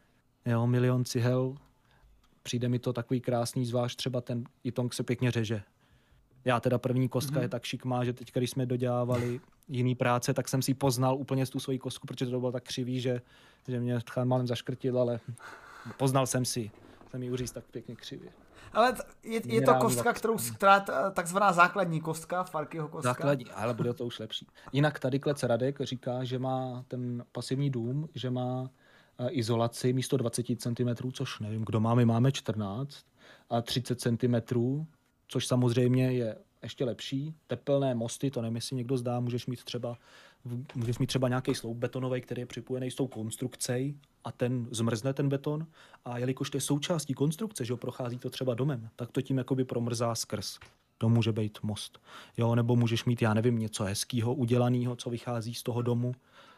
jo, milion cihel, přijde mi to takový krásný, zvlášť třeba ten Ytong se pěkně řeže. Já teda první kostka mm-hmm. je tak šikmá, že teď, když jsme dodělávali jiný práce, tak jsem si poznal úplně tu svoji kostku, protože to bylo tak křivý, že, že mě tchán málem zaškrtil, ale poznal jsem si. Jsem ji uříz tak pěkně křivě. Ale je, je to kostka, kterou, která takzvaná základní kostka, Farkyho kostka. Základní, ale bude to už lepší. Jinak tady klec Radek říká, že má ten pasivní dům, že má izolaci místo dvacet centimetrů, což nevím, kdo má, my máme čtrnáct a třicet centimetrů, což samozřejmě je ještě lepší. Tepelné mosty, to nevím, jestli někdo zdá, můžeš mít třeba, můžeš mít třeba nějaký sloup betonový, který je připojený s tou konstrukcí a ten zmrzne ten beton a jelikož to je součástí konstrukce, že ho prochází to třeba domem, tak to tím jakoby promrzá skrz. To může být most. Jo, nebo můžeš mít, já nevím, něco hezkýho, udělaného, co vychází z toho domu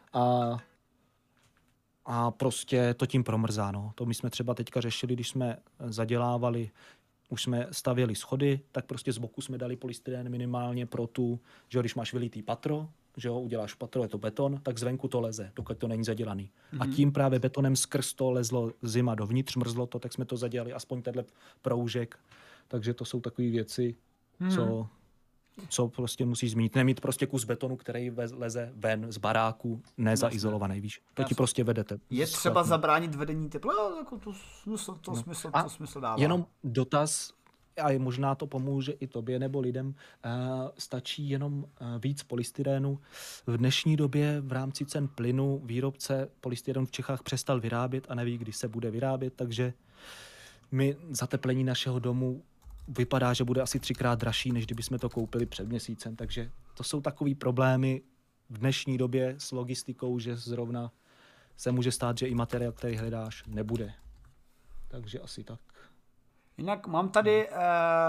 a a prostě to tím promrzá. No. To my jsme třeba teďka řešili, když jsme zadělávali, už jsme stavěli schody, tak prostě z boku jsme dali polystyren minimálně pro tu, že když máš vylitý patro, že jo, uděláš patro, je to beton, tak zvenku to leze, dokud to není zadělaný. Mm-hmm. A tím právě betonem skrz to lezlo zima dovnitř, mrzlo to, tak jsme to zadělali, aspoň tenhle proužek. Takže to jsou takové věci, mm-hmm. co... co prostě musíš zmínit. Nemít prostě kus betonu, který leze ven z baráku, nezaizolovaný, víš. To Jasně. ti prostě vedete. Je třeba zabránit vedení tepla? Jako to smysl, to, no. smysl, to smysl dává. Jenom dotaz, a je možná to pomůže i tobě nebo lidem, stačí jenom víc polystyrenu. V dnešní době v rámci cen plynu výrobce polystyrenu v Čechách přestal vyrábět a neví, kdy se bude vyrábět, takže my zateplení našeho domu vypadá, že bude asi třikrát dražší, než kdyby jsme to koupili před měsícem, takže to jsou takový problémy v dnešní době s logistikou, že zrovna se může stát, že i materiál, který hledáš, nebude. Takže asi tak. Jinak mám tady uh,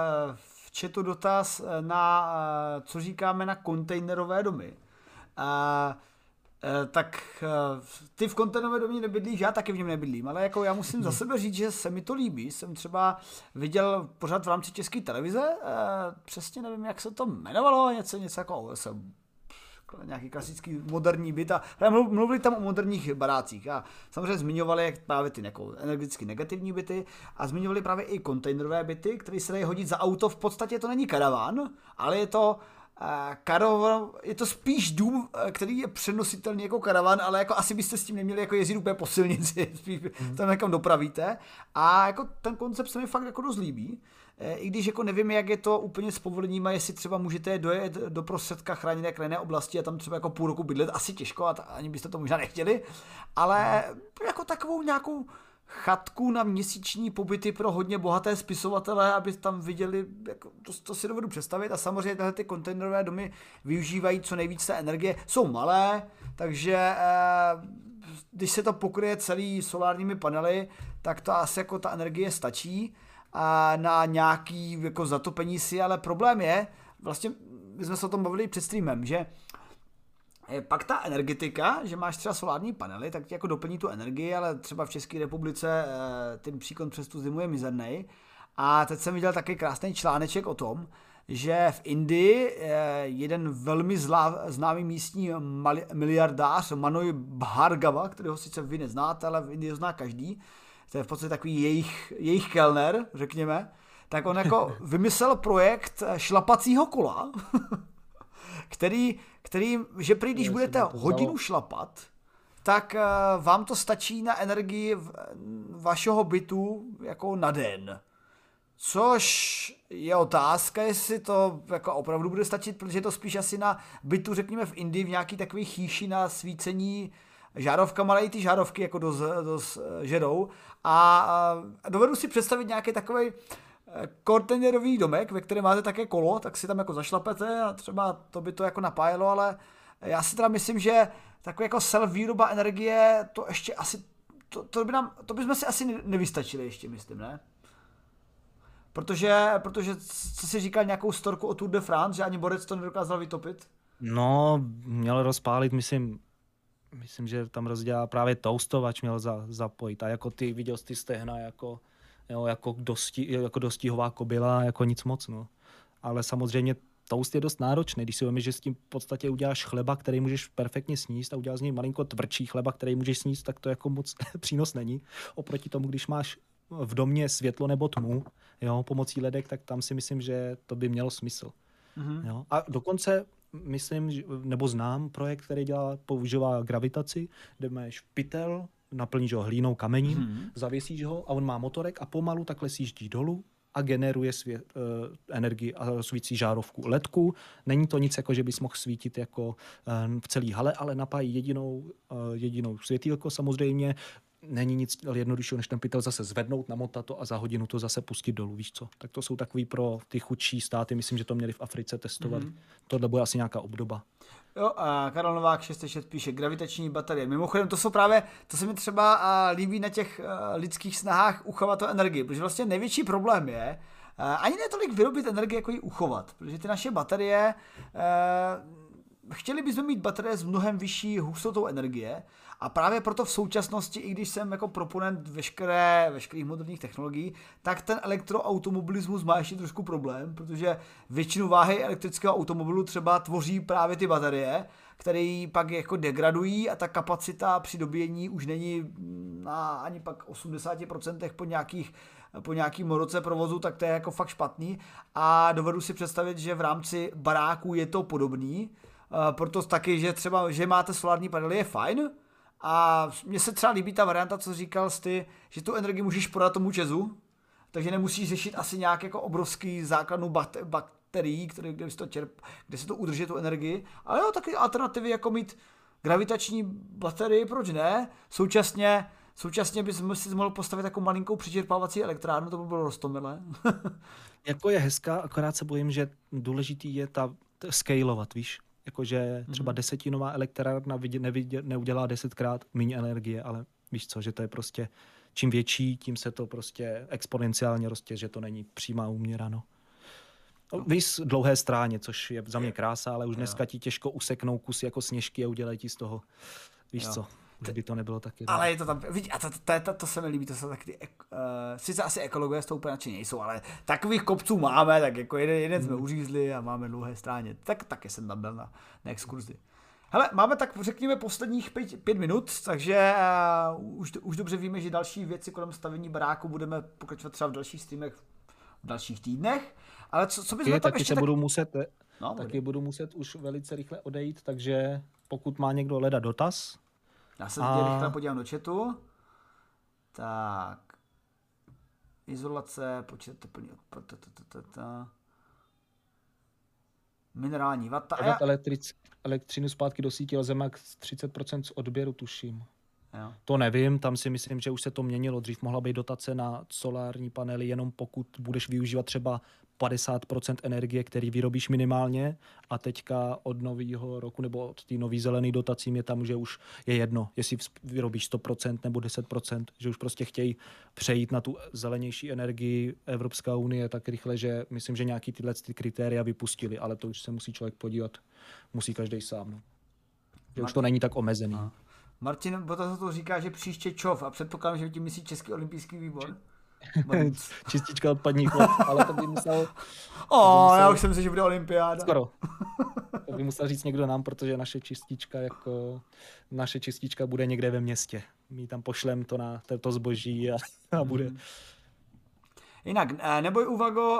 v chatu dotaz na, uh, co říkáme na kontejnerové domy. Uh, uh, tak uh, ty v kontejnerové domě nebydlíš, já taky v něm nebydlím, ale jako já musím za sebe říct, že se mi to líbí. Jsem třeba viděl pořád v rámci České televize, uh, přesně nevím, jak se to jmenovalo, něco, něco jako jsem nějaký klasický moderní byt a mluvili tam o moderních barácích a samozřejmě zmiňovali jak právě ty jako energeticky negativní byty a zmiňovali právě i kontejnerové byty, které se dají hodit za auto. V podstatě to není karaván, ale je to uh, karavan, je to spíš dům, který je přenositelný jako karavan, ale jako asi byste s tím neměli jako jezdit úplně po silnici, spíš mm. tam někam dopravíte a jako ten koncept se mi fakt jako dost líbí. I když jako nevím, jak je to úplně s povoleníma, jestli třeba můžete dojet do prostředka chráněné krajinné oblasti a tam třeba jako půl roku bydlet, asi těžko a t- ani byste to možná nechtěli, ale jako takovou nějakou chatku na měsíční pobyty pro hodně bohaté spisovatele, aby tam viděli, jako to, to si dovedu představit a samozřejmě tyhle ty kontejnerové domy využívají co nejvíc té energie, jsou malé, takže eh, když se to pokryje celý solárními panely, tak to asi jako ta energie stačí a na nějaký jako zatopení si, ale problém je, vlastně my jsme se o tom bavili před streamem, že pak ta energetika, že máš třeba solární panely, tak ti jako doplní tu energii, ale třeba v České republice ten příkon přes tu zimu je mizernej. A teď jsem viděl taky krásný článeček o tom, že v Indii jeden velmi zlá, známý místní miliardář Manoj Bhargava, kterého sice vy neznáte, ale v Indii ho zná každý, to je v podstatě takový jejich, jejich kelner, řekněme, tak on jako vymyslel projekt šlapacího kola, který, který, že prý, když budete hodinu šlapat, tak vám to stačí na energii vašeho bytu jako na den. Což je otázka, jestli to jako opravdu bude stačit, protože to spíš asi na bytu, řekněme v Indii, v nějaký takový chýši na svícení žárovkama, ale i ty žárovky jako dost, dost žerou. A, a dovedu si představit nějaký takový kontejnerový domek, ve kterém máte také kolo, tak si tam jako zašlapete a třeba to by to jako napájelo, ale já si teda myslím, že takový jako self-výroba energie, to ještě asi, to, to, by nám, to bychom si asi nevystačili ještě, myslím, ne? Protože, protože co si říkal nějakou storku o Tour de France, že ani borec to nedokázal vytopit? No, měl rozpálit, myslím, myslím, že tam rozdělá právě toustovač měl za, zapojit a jako ty viděl ty stehna jako, jo, jako, dosti, jako dostihová kobila, jako nic moc, no. Ale samozřejmě toast je dost náročný, když si vezmeš, že s tím v podstatě uděláš chleba, který můžeš perfektně sníst a uděláš z něj malinko tvrdší chleba, který můžeš sníst, tak to jako moc přínos není. Oproti tomu, když máš v domě světlo nebo tmu, jo, pomocí ledek, tak tam si myslím, že to by mělo smysl. Mm-hmm. Jo. A dokonce myslím, nebo znám projekt, který dělá, používá gravitaci, kde máš pytel, naplníš ho hlínou, kamením, mm-hmm. zavěsíš ho a on má motorek a pomalu takhle sjíždí dolů a generuje svět, uh, energii a svící žárovku ledku. Není to nic, jako že bys mohl svítit jako uh, v celý hale, ale napájí jedinou, uh, jedinou světýlko samozřejmě. Není nic jednoduššího, než ten pytel zase zvednout, namotat to a za hodinu to zase pustit dolů, víš co. Tak to jsou takový pro ty chudší státy, myslím, že to měli v Africe testovat. Mm-hmm. Tohle bude asi nějaká obdoba. Jo, a Karel Novák šest set šest píše gravitační baterie. Mimochodem, to jsou právě, to se mi třeba a, líbí na těch a, lidských snahách uchovat to energii, protože vlastně největší problém je a, ani ne tolik vyrobit energii, jako ji uchovat, protože ty naše baterie, a, chtěli bychom mít baterie s mnohem vyšší hustotou energie, a právě proto v současnosti, i když jsem jako proponent veškeré, veškerých moderních technologií, tak ten elektroautomobilismus má ještě trošku problém, protože většinu váhy elektrického automobilu třeba tvoří právě ty baterie, které pak jako degradují a ta kapacita při dobíjení už není na ani pak osmdesát procent po nějakých po nějakým roce provozu, tak to je jako fakt špatný a dovedu si představit, že v rámci baráků je to podobný, proto taky, že třeba, že máte solární panely je fajn. A mně se třeba líbí ta varianta, co říkal jsi ty, že tu energii můžeš prodat tomu Česu, takže nemusíš řešit asi nějak jako obrovský základnu bak- bakterií, které, kde, se to čerp, kde se to udrží tu energii. Ale jo, taky alternativy jako mít gravitační baterii, proč ne? Současně, současně bys si mohl postavit jako malinkou přičerpávací elektrárnu, to by bylo roztomilé. Jako je hezká, akorát se bojím, že důležitý je ta scalovat, víš? Jakože třeba desetinová elektrárna neudělá desetkrát méně energie, ale víš co, že to je prostě čím větší, tím se to prostě exponenciálně roste, že to není přímá úměra, no. Víš, dlouhé stráně, což je za mě krása, ale už dneska ti těžko useknou kusy jako sněžky a udělají ti z toho, víš jo. co, už by to nebylo taky. Ale je to tam, vidí, a to, to, to, to, to se mi líbí, to jsou taky, uh, sice asi ekologové z toho úplně nadšení nejsou, ale takových kopců máme, tak jako jeden, jeden jsme uřízli a máme dlouhé stráně, tak taky jsem tam byl na, na exkurzi. Hele, máme tak řekněme posledních pět, pět minut, takže uh, už, už dobře víme, že další věci kolem stavění baráku budeme pokračovat třeba v dalších streamech v dalších týdnech, ale co, co bychom je, tam taky ještě se tak... budu muset, no, taky budu muset už velice rychle odejít, takže pokud má někdo leda dotaz. Já se a... rychle podívám do chatu. Tak. Izolace, počet teplný odpad, ta, ta, ta, ta. Minerální vata. Já... Elektric, elektřinu zpátky do sítě lze max třicet procent z odběru, tuším. Jo. To nevím, tam si myslím, že už se to měnilo. Dřív mohla být dotace na solární panely, jenom pokud budeš využívat třeba padesát procent energie, který vyrobíš minimálně, a teďka od nového roku nebo od té nový zelený dotací je tam, že už je jedno, jestli vyrobíš sto procent nebo deset procent, že už prostě chtějí přejít na tu zelenější energii Evropská unie tak rychle, že myslím, že nějaký tyhle ty kritéria vypustili, ale to už se musí člověk podívat, musí každý sám. No. Že už to není tak omezený. Aha. Martin Bota to říká, že příště čov a předpokládám, že tím myslí Český olympijský výbor. Čistička odpadních vod, ale to by musel... O, musel... já už jsem si, že bude olympiáda. Skoro. To by musel říct někdo nám, protože naše čistička jako... Naše čistička bude někde ve městě. My tam pošlem to na to zboží a, a bude... Hmm. Jinak, neboj Uvago,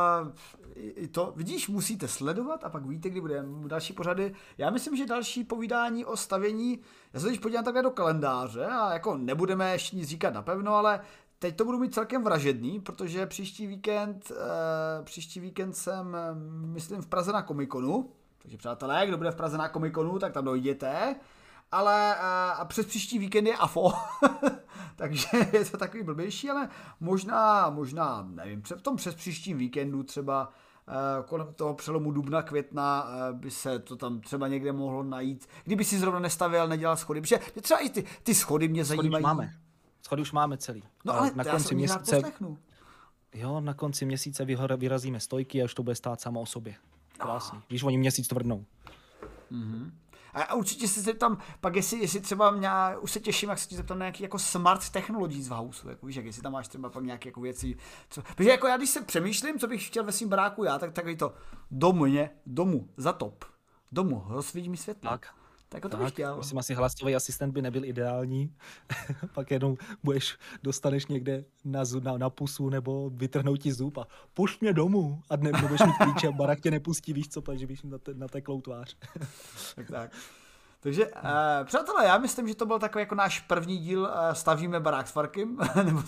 to vidíš, musíte sledovat a pak víte, kdy bude další pořady. Já myslím, že další povídání o stavění, já se teď podívám takhle do kalendáře a jako nebudeme ještě nic říkat napevno, ale teď to budu mít celkem vražedný, protože příští víkend, příští víkend jsem, myslím, v Praze na Comic-Conu, takže přátelé, kdo bude v Praze na Comic-Conu, tak tam dojděte. Ale a, a přes příští víkend je A F O, takže je to takový blbější, ale možná, možná, nevím, v tom přes příštím víkendu třeba uh, kolem toho přelomu dubna, května uh, by se to tam třeba někde mohlo najít, kdyby si zrovna nestavil, nedělal schody, protože třeba i ty, ty schody mě schody zajímají. Už máme. Schody už máme celý. No ale na já konci se měsíce, jo, na konci měsíce vyrazíme stojky a už to bude stát samo o sobě. Krásný. Víš, oni měsíc tvrdnou. Mhm. A určitě se zeptám, pak jestli, jestli třeba mě, už se těším, jak se ti zeptám na nějaký jako smart technologies z houseu, jako víš, jak jestli tam máš třeba pak nějaké jako věci, co, protože jako já když se přemýšlím, co bych chtěl ve svým baráku já, tak takový to domě, domu, zatop, domu, rozsvíť mi světlo. Tak. Tak to bych chtěl. Myslím, asi hlasový asistent by nebyl ideální. Pak jednou budeš, dostaneš někde na, na, na pusu nebo vytrhnout ti zub a pušť mě domů a ne, nebudeš mít klíče a barák tě nepustí, víš co, protože bys na, te, na teklou tvář. Tak tak. Takže, uh, přátelé, já myslím, že to byl takový jako náš první díl uh, Stavíme barák s Farkem.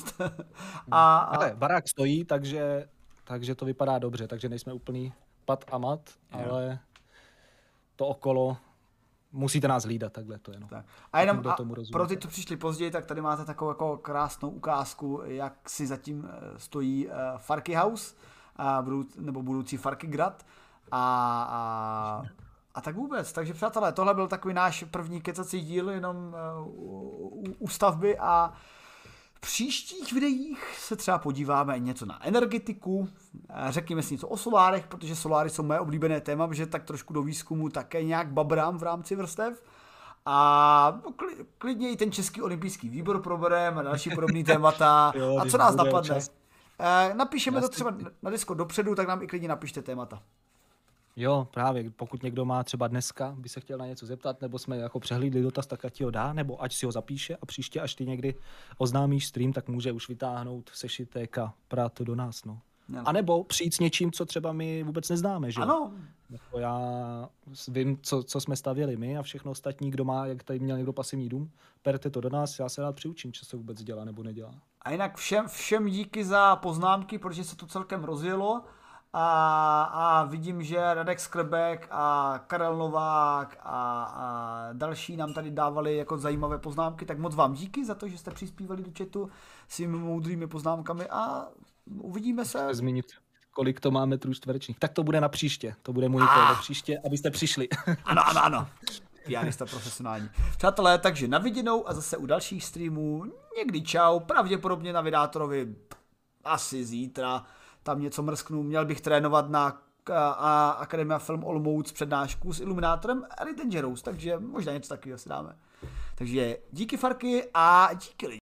a, a... Ale barák stojí, takže, takže to vypadá dobře, takže nejsme úplný pat a mat, jo. Ale to okolo musíte nás hlídat, takhle to jenom. Tak. A jenom a pro ty, co přišli později, tak tady máte takovou jako krásnou ukázku, jak si zatím stojí uh, Farky House, uh, budou, nebo budoucí Farky Grad. A, a, a tak vůbec. Takže přátelé, tohle byl takový náš první kecací díl jenom uh, u, u stavby a v příštích videích se třeba podíváme něco na energetiku, řekněme si něco o solárech, protože soláry jsou moje oblíbené téma, protože tak trošku do výzkumu také nějak babrám v rámci vrstev. A klidně i ten Český olympijský výbor probereme a další podobný témata. Jo, a co nás napadne? Čas. Napíšeme Jasný. To třeba na Discord dopředu, tak nám i klidně napište témata. Jo, právě, pokud někdo má třeba dneska, by se chtěl na něco zeptat, nebo jsme jako přehlídli dotaz, tak ať ti ho dá, nebo ať si ho zapíše a příště, až ty někdy oznámíš stream, tak může už vytáhnout sešitek a prát to do nás, no. A nebo přijít s něčím, co třeba my vůbec neznáme, že? Ano. Jako já vím, co, co jsme stavěli my a všechno ostatní, kdo má, jak tady měl někdo pasivní dům, berte to do nás, já se rád přiučím, co se vůbec dělá nebo nedělá. A jinak všem, všem díky za poznámky, protože se to celkem rozjelo a, a vidím, že Radek Skrbek a Karel Novák a, a další nám tady dávali jako zajímavé poznámky, tak moc vám díky za to, že jste přispívali do chatu svými moudrými poznámkami a uvidíme se. Zmínit, kolik to má metrů čtverečních. Tak to bude na příště, to bude můj úkol na příště, abyste přišli. Ano, ano, ano. Pianista profesionální. Přátelé, takže na viděnou a zase u dalších streamů. Někdy čau, pravděpodobně na Vydátorovi asi zítra. Tam něco mrsknu, měl bych trénovat na a Akademia Film Olomouc přednášku s iluminátorem Elite Dangerous, takže možná něco takového si dáme. Takže díky Farky a díky lidi.